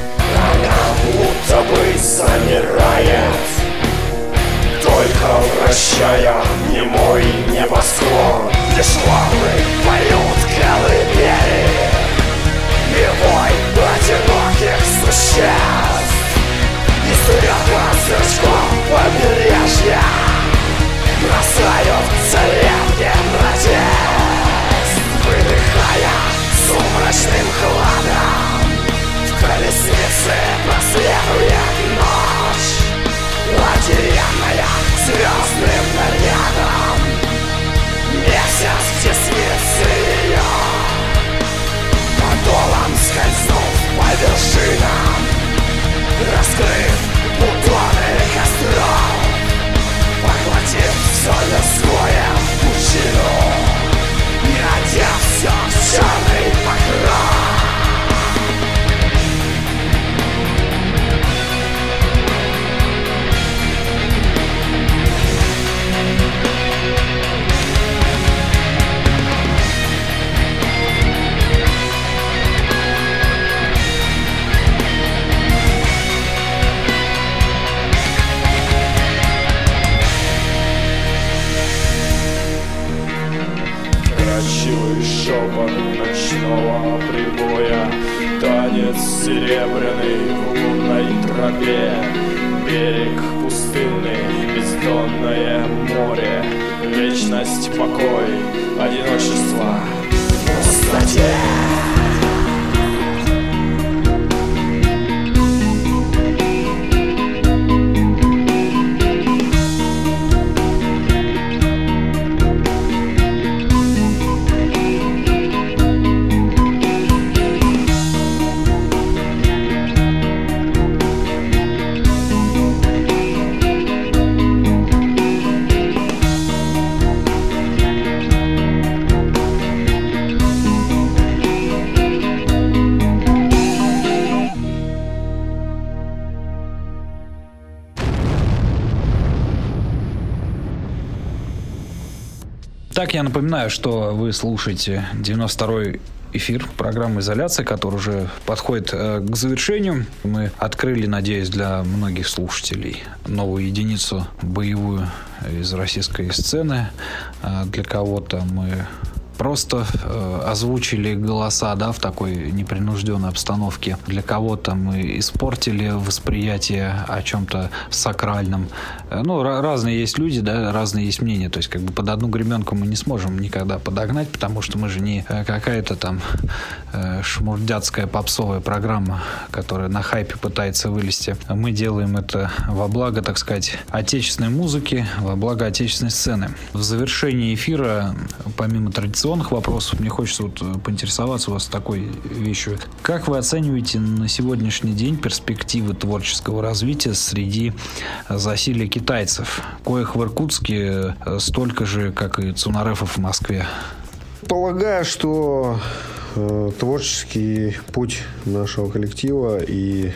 Только в прощая немой небосклон, где швабры поют колыбели и вой одиноких существ. И стрелка сверчков побережья бросают царевне протест, выдыхая сумрачным хладом. В колеснице проследует ночь, одеянная звездным нарядом. Месяц теснится ее, подолом скользнув по вершинам, раскрыв бутоны костров, поглотив все людское в пучину и одев все в черный покров. Красивый шепот ночного прибоя, танец серебряный в лунной тропе. Берег пустынный, бездонное море, вечность, покой, одиночество в пустоте. Так, я напоминаю, что вы слушаете девяносто второй эфир программы «Изоляция», который уже подходит э, к завершению. Мы открыли, надеюсь, для многих слушателей новую единицу боевую из российской сцены. Э, для кого-то мы просто э, озвучили голоса, да, в такой непринужденной обстановке. Для кого-то мы испортили восприятие о чем-то сакральном. Э, ну, р- разные есть люди, да, разные есть мнения. То есть, как бы под одну гребенку мы не сможем никогда подогнать, потому что мы же не э, какая-то там э, шмурдяцкая попсовая программа, которая на хайпе пытается вылезти. Мы делаем это во благо, так сказать, отечественной музыки, во благо отечественной сцены. В завершении эфира, помимо традиционных вопросов, мне хочется вот поинтересоваться у вас такой вещью. Как вы оцениваете на сегодняшний день перспективы творческого развития среди засилия китайцев, коих в Иркутске столько же, как и цунарефов в Москве? Полагаю, что э, творческий путь нашего коллектива и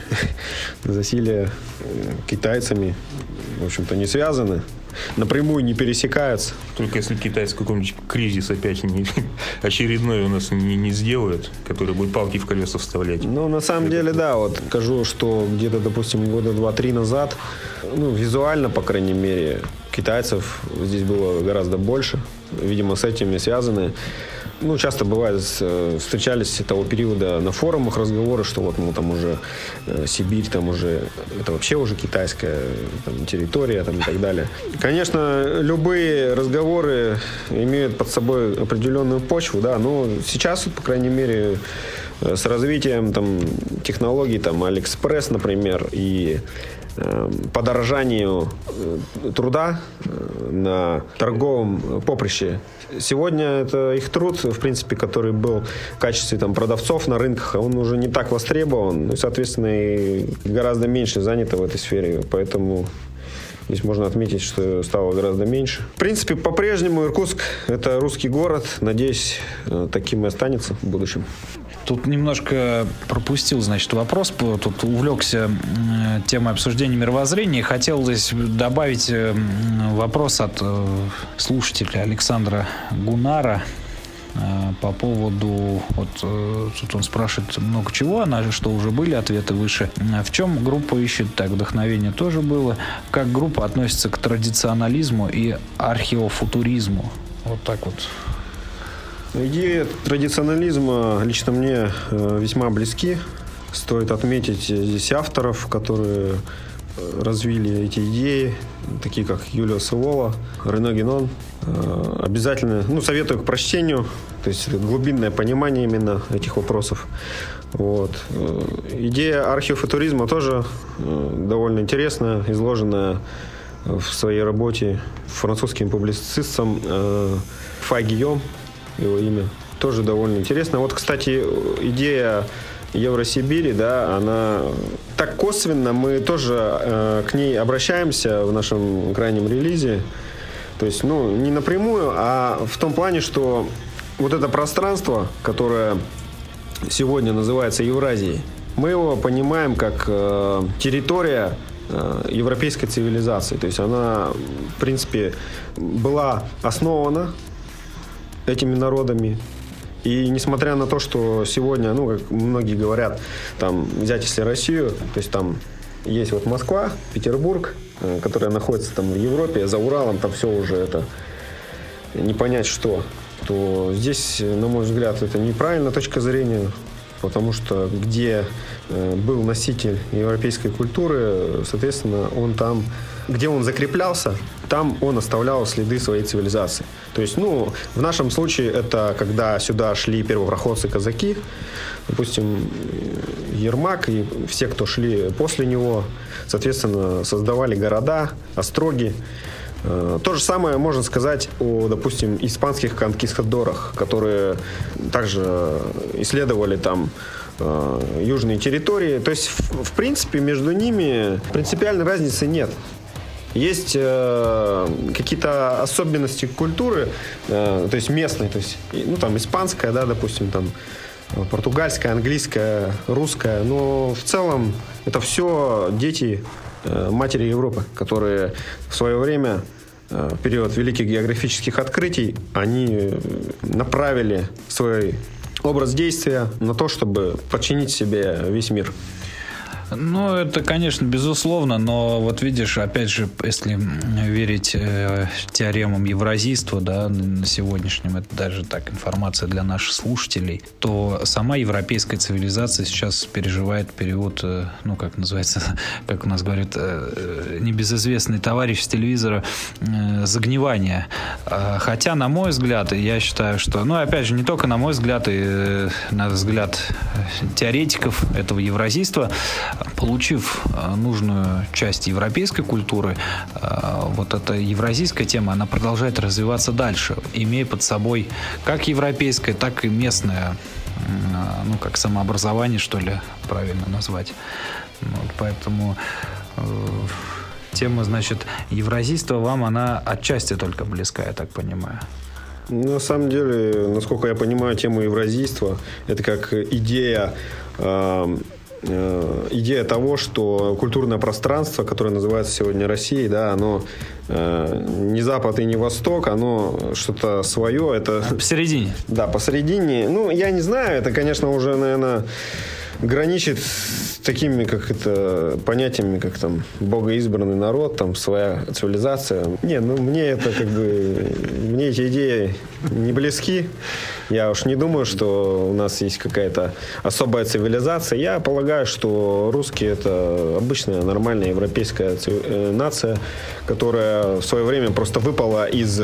засилие э, китайцами, в общем-то, не связаны. Напрямую не пересекаются. Только если китайцы какой-нибудь кризис опять не, очередной у нас не, не сделают, который будет палки в колеса вставлять. Ну, на самом деле, да, вот скажу, что где-то, допустим, года два-три назад, ну, визуально, по крайней мере, китайцев здесь было гораздо больше. Видимо, с этим и связаны. Ну, часто бывает, встречались того периода на форумах разговоры, что вот, ну, там уже э, Сибирь, там уже, это вообще уже китайская там, территория, там, и так далее. Конечно, любые разговоры имеют под собой определенную почву, да, но сейчас, по крайней мере, с развитием там, технологий, там, Алиэкспресс, например, и подорожанию труда на торговом поприще. Сегодня это их труд, в принципе, который был в качестве там, продавцов на рынках, он уже не так востребован, и, соответственно, и гораздо меньше занято в этой сфере. Поэтому здесь можно отметить, что стало гораздо меньше. В принципе, по-прежнему Иркутск – это русский город. Надеюсь, таким и останется в будущем. Тут немножко пропустил, значит, вопрос. Тут увлекся темой обсуждения мировоззрения. Хотелось добавить вопрос от слушателя Александра Гунара. по поводу, вот тут он спрашивает много чего, на что уже были ответы выше. В чем группа ищет так вдохновение, тоже было. Как группа относится к традиционализму и археофутуризму? Вот так вот. Идеи традиционализма лично мне весьма близки. Стоит отметить здесь авторов, которые развили эти идеи, такие как Юлио Севола, Рене Генон. Обязательно, ну, советую к прочтению, то есть глубинное понимание именно этих вопросов. Вот. Идея археофутуризма тоже довольно интересная, изложенная в своей работе французским публицистом Фа Гийом, его имя, тоже довольно интересно. Вот, кстати, идея Евросибири, да, она так косвенно, мы тоже э, к ней обращаемся в нашем крайнем релизе. То есть, ну, не напрямую, а в том плане, что вот это пространство, которое сегодня называется Евразией, мы его понимаем как э, территория э, европейской цивилизации. То есть она, в принципе, была основана этими народами. И несмотря на то, что сегодня, ну, как многие говорят, там, взять если Россию, то есть там есть вот Москва, Петербург, которая находится там в Европе, за Уралом там все уже это не понять что, то здесь, на мой взгляд, это неправильная точка зрения, потому что где был носитель европейской культуры, соответственно, он там, где он закреплялся, там он оставлял следы своей цивилизации. То есть, ну, в нашем случае это когда сюда шли первопроходцы-казаки, допустим, Ермак и все, кто шли после него, соответственно, создавали города, остроги. То же самое можно сказать о, допустим, испанских конкистадорах, которые также исследовали там э, южные территории. То есть, в, в принципе, между ними принципиальной разницы нет. Есть э, какие-то особенности культуры, э, то есть местной, то есть, ну, там, испанская, да, допустим, там, португальская, английская, русская, но в целом это все дети э, матери Европы, которые в свое время, э, в период великих географических открытий, они направили свой образ действия на то, чтобы подчинить себе весь мир. Ну, это, конечно, безусловно, но вот видишь, опять же, если верить э, теоремам евразийства, да, на сегодняшнем, это даже так информация для наших слушателей, то сама европейская цивилизация сейчас переживает период, э, ну, как называется, как у нас говорят, э, небезызвестный товарищ с телевизора, э, загнивания. Э, хотя, на мой взгляд, я считаю, что, ну, опять же, не только на мой взгляд, и э, на взгляд теоретиков этого евразийства, получив нужную часть европейской культуры, вот эта евразийская тема, она продолжает развиваться дальше, имея под собой как европейское, так и местное, ну, как самообразование, что ли, правильно назвать. Вот, поэтому э, тема, значит, евразийства вам, она отчасти только близка, я так понимаю. На самом деле, насколько я понимаю, тему евразийства, это как идея... Э, идея того, что культурное пространство, которое называется сегодня Россией, да, оно э, не Запад и не Восток, оно что-то свое. Это... Посередине. Да, посередине. Ну, я не знаю, это, конечно, уже, наверное, граничит с такими, как это, понятиями, как там богоизбранный народ, там своя цивилизация. Не, ну мне это как бы, мне эти идеи не близки. Я уж не думаю, что у нас есть какая-то особая цивилизация. Я полагаю, что русские это обычная нормальная европейская нация, которая в свое время просто выпала из,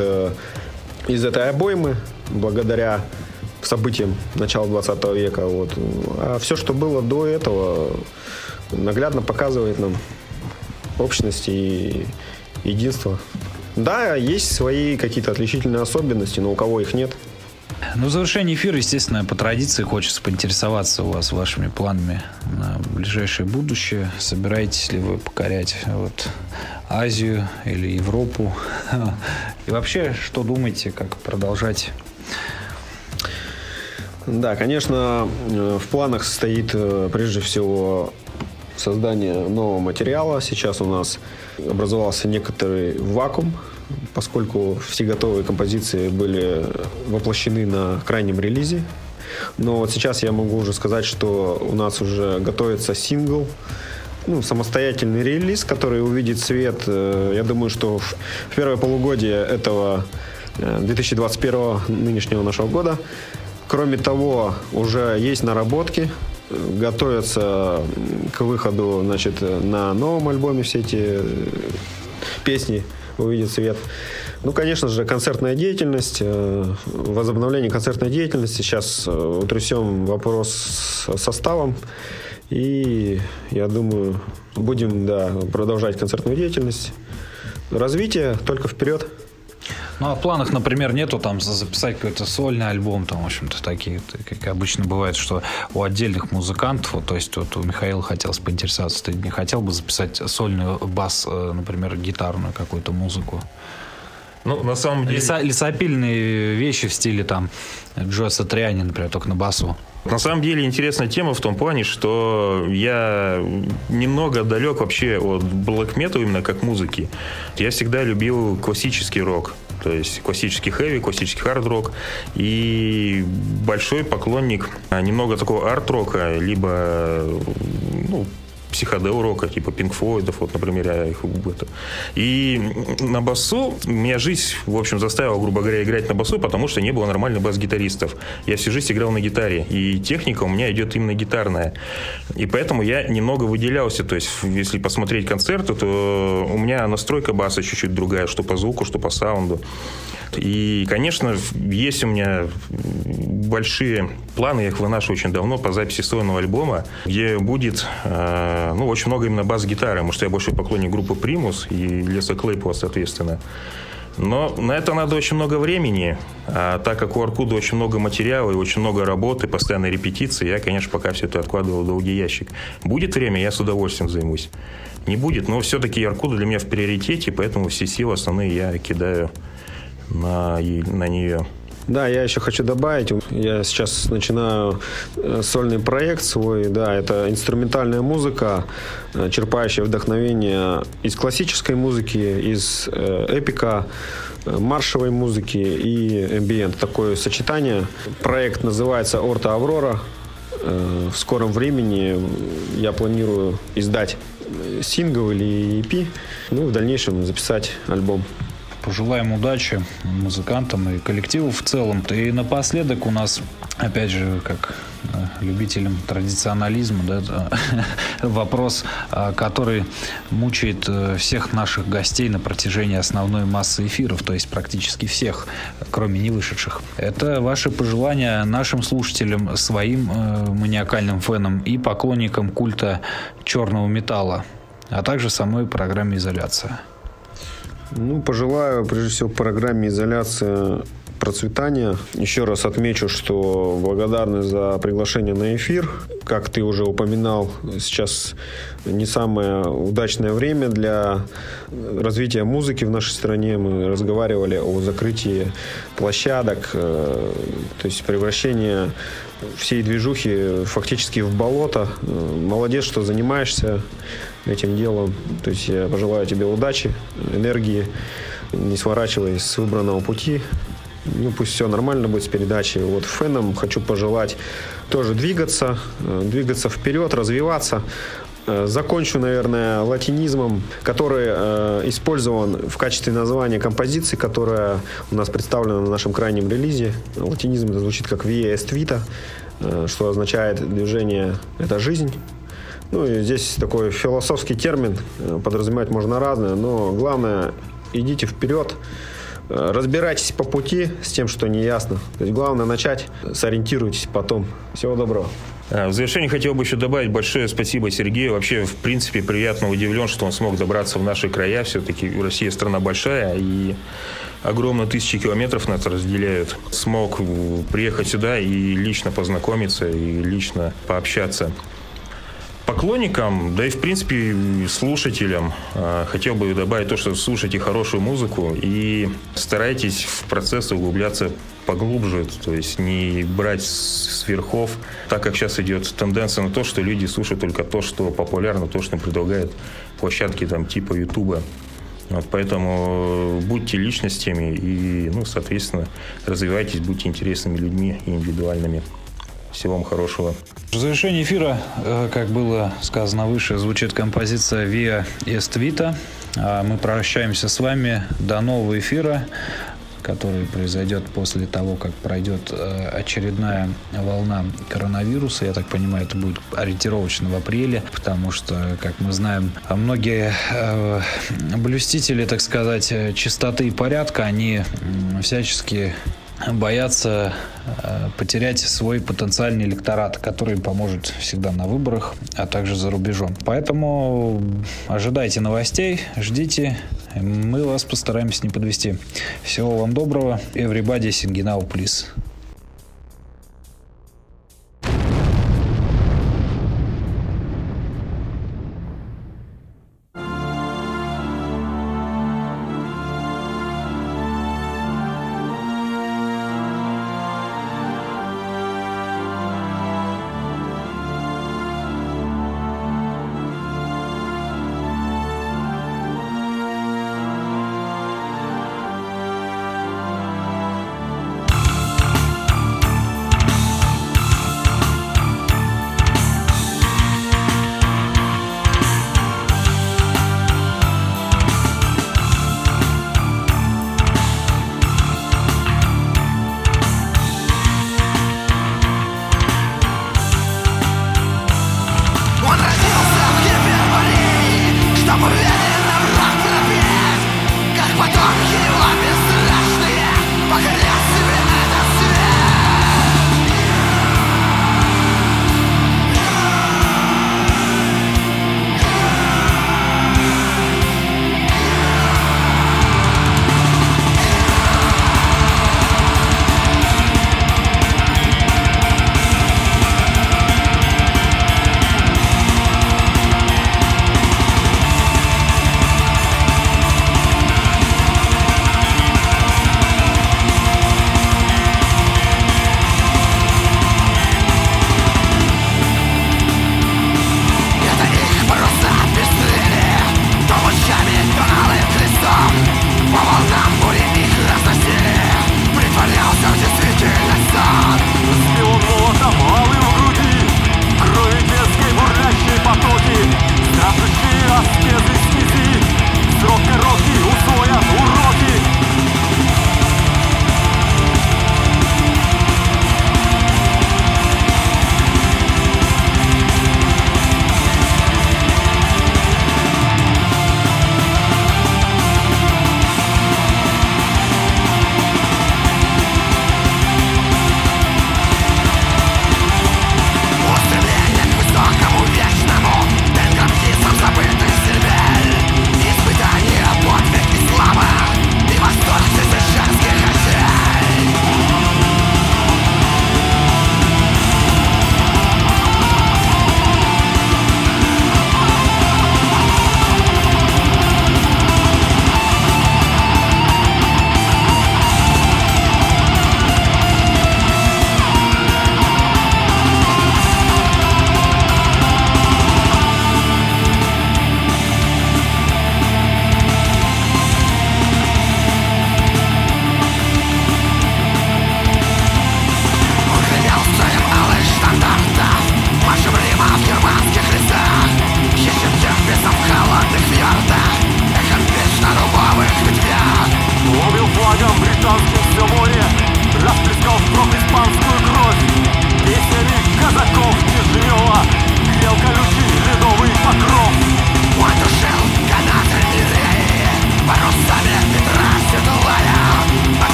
из этой обоймы благодаря событиям начала двадцатого века. Вот. А все, что было до этого, наглядно показывает нам общность и единство. Да, есть свои какие-то отличительные особенности, но у кого их нет. Ну, в завершении эфира, естественно, по традиции хочется поинтересоваться у вас вашими планами на ближайшее будущее. Собираетесь ли вы покорять вот Азию или Европу? И вообще, что думаете, как продолжать? Да, конечно, в планах состоит прежде всего создание нового материала. Сейчас у нас образовался некоторый вакуум поскольку все готовые композиции были воплощены на крайнем релизе. Но вот сейчас я могу уже сказать, что у нас уже готовится сингл, ну, самостоятельный релиз, который увидит свет, я думаю, что в первое полугодие этого две тысячи двадцать первого, нынешнего нашего года. Кроме того, уже есть наработки, готовятся к выходу, значит, на новом альбоме все эти песни увидят свет. Ну, конечно же, концертная деятельность, возобновление концертной деятельности. Сейчас утрясем вопрос с составом. И, я думаю, будем, да, продолжать концертную деятельность. Развитие только вперед. Ну, а в планах, например, нету там записать какой-то сольный альбом, там, в общем-то, такие, как обычно бывает, что у отдельных музыкантов, вот, то есть вот у Михаила хотелось поинтересоваться, ты не хотел бы записать сольную бас, например, гитарную какую-то музыку? Ну, на самом деле... Лесо, лесопильные вещи в стиле там Джо Сатриани, например, только на басу. На самом деле интересная тема в том плане, что я немного далек вообще от блэк-метал именно как музыки. Я всегда любил классический рок. То есть классический хэви, классический хард-рок. И большой поклонник немного такого арт-рока, либо, ну, психодел-рока, типа Pink Floyd'ов, вот, например, я их это. И на басу меня жизнь, в общем, заставила, грубо говоря, играть на басу, потому что не было нормальных бас-гитаристов. Я всю жизнь играл на гитаре, и техника у меня идет именно гитарная. И поэтому я немного выделялся. То есть, если посмотреть концерты, то у меня настройка баса чуть-чуть другая, что по звуку, что по саунду. И, конечно, есть у меня большие планы, я их выношу очень давно, по записи сольного альбома, где будет, э, ну, очень много именно бас-гитары, потому что я большой поклонник группы Primus и Леса Клейпола, соответственно. Но на это надо очень много времени, а так как у Аркуда очень много материала и очень много работы, постоянной репетиции, я, конечно, пока все это откладывал в долгий ящик. Будет время, я с удовольствием займусь. Не будет, но все-таки Аркуда для меня в приоритете, поэтому все силы основные я кидаю на, на нее. Да, я еще хочу добавить, я сейчас начинаю сольный проект свой, да, это инструментальная музыка, черпающая вдохновение из классической музыки, из эпика, маршевой музыки и эмбиент. Такое сочетание. Проект называется «Орта Аврора». В скором времени я планирую издать сингл или и пи, ну, в дальнейшем записать альбом. Пожелаем удачи музыкантам и коллективу в целом. И напоследок у нас, опять же, как любителям традиционализма, да, вопрос, который мучает всех наших гостей на протяжении основной массы эфиров, то есть практически всех, кроме не вышедших. Это ваши пожелания нашим слушателям, своим маниакальным фенам и поклонникам культа черного металла, а также самой программе «Изоляция». Ну, пожелаю, прежде всего, программе «Изоляция» процветания. Еще раз отмечу, что благодарны за приглашение на эфир. Как ты уже упоминал, сейчас не самое удачное время для развития музыки в нашей стране. Мы разговаривали о закрытии площадок, то есть превращение всей движухи фактически в болото. Молодец, что занимаешься этим делом. То есть я пожелаю тебе удачи, энергии, не сворачивай с выбранного пути. Ну, пусть все нормально будет с передачей. Вот фэнам хочу пожелать тоже двигаться, двигаться вперед, развиваться. Закончу, наверное, латинизмом, который э, использован в качестве названия композиции, которая у нас представлена на нашем крайнем релизе. Латинизм это звучит как «Via est vita», э, что означает «движение – это жизнь». Ну, и здесь такой философский термин, подразумевать можно разное, но главное – идите вперед, разбирайтесь по пути с тем, что не ясно. То есть главное начать, сориентируйтесь потом. Всего доброго. В завершение хотел бы еще добавить большое спасибо Сергею. Вообще, в принципе, приятно удивлен, что он смог добраться в наши края. Все-таки Россия страна большая, и огромные тысячи километров нас разделяют. Смог приехать сюда и лично познакомиться, и лично пообщаться. Поклонникам, да и в принципе слушателям хотел бы добавить то, что слушайте хорошую музыку и старайтесь в процесс углубляться поглубже, то есть не брать с верхов, так как сейчас идет тенденция на то, что люди слушают только то, что популярно, то, что им предлагают площадки там типа Ютуба. Вот поэтому будьте личностями и, ну, соответственно, развивайтесь, будьте интересными людьми и индивидуальными. Всего вам хорошего. В завершении эфира, как было сказано выше, звучит композиция Via Est Vita. Мы прощаемся с вами до нового эфира, который произойдет после того, как пройдет очередная волна коронавируса. Я так понимаю, это будет ориентировочно в апреле, потому что, как мы знаем, многие блюстители, так сказать, чистоты и порядка, они всячески боятся э, потерять свой потенциальный электорат, который поможет всегда на выборах, а также за рубежом. Поэтому ожидайте новостей, ждите. Мы вас постараемся не подвести. Всего вам доброго. Everybody sing now, please.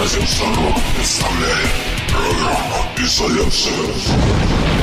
Радио Сорок представляет программу «Изоляция».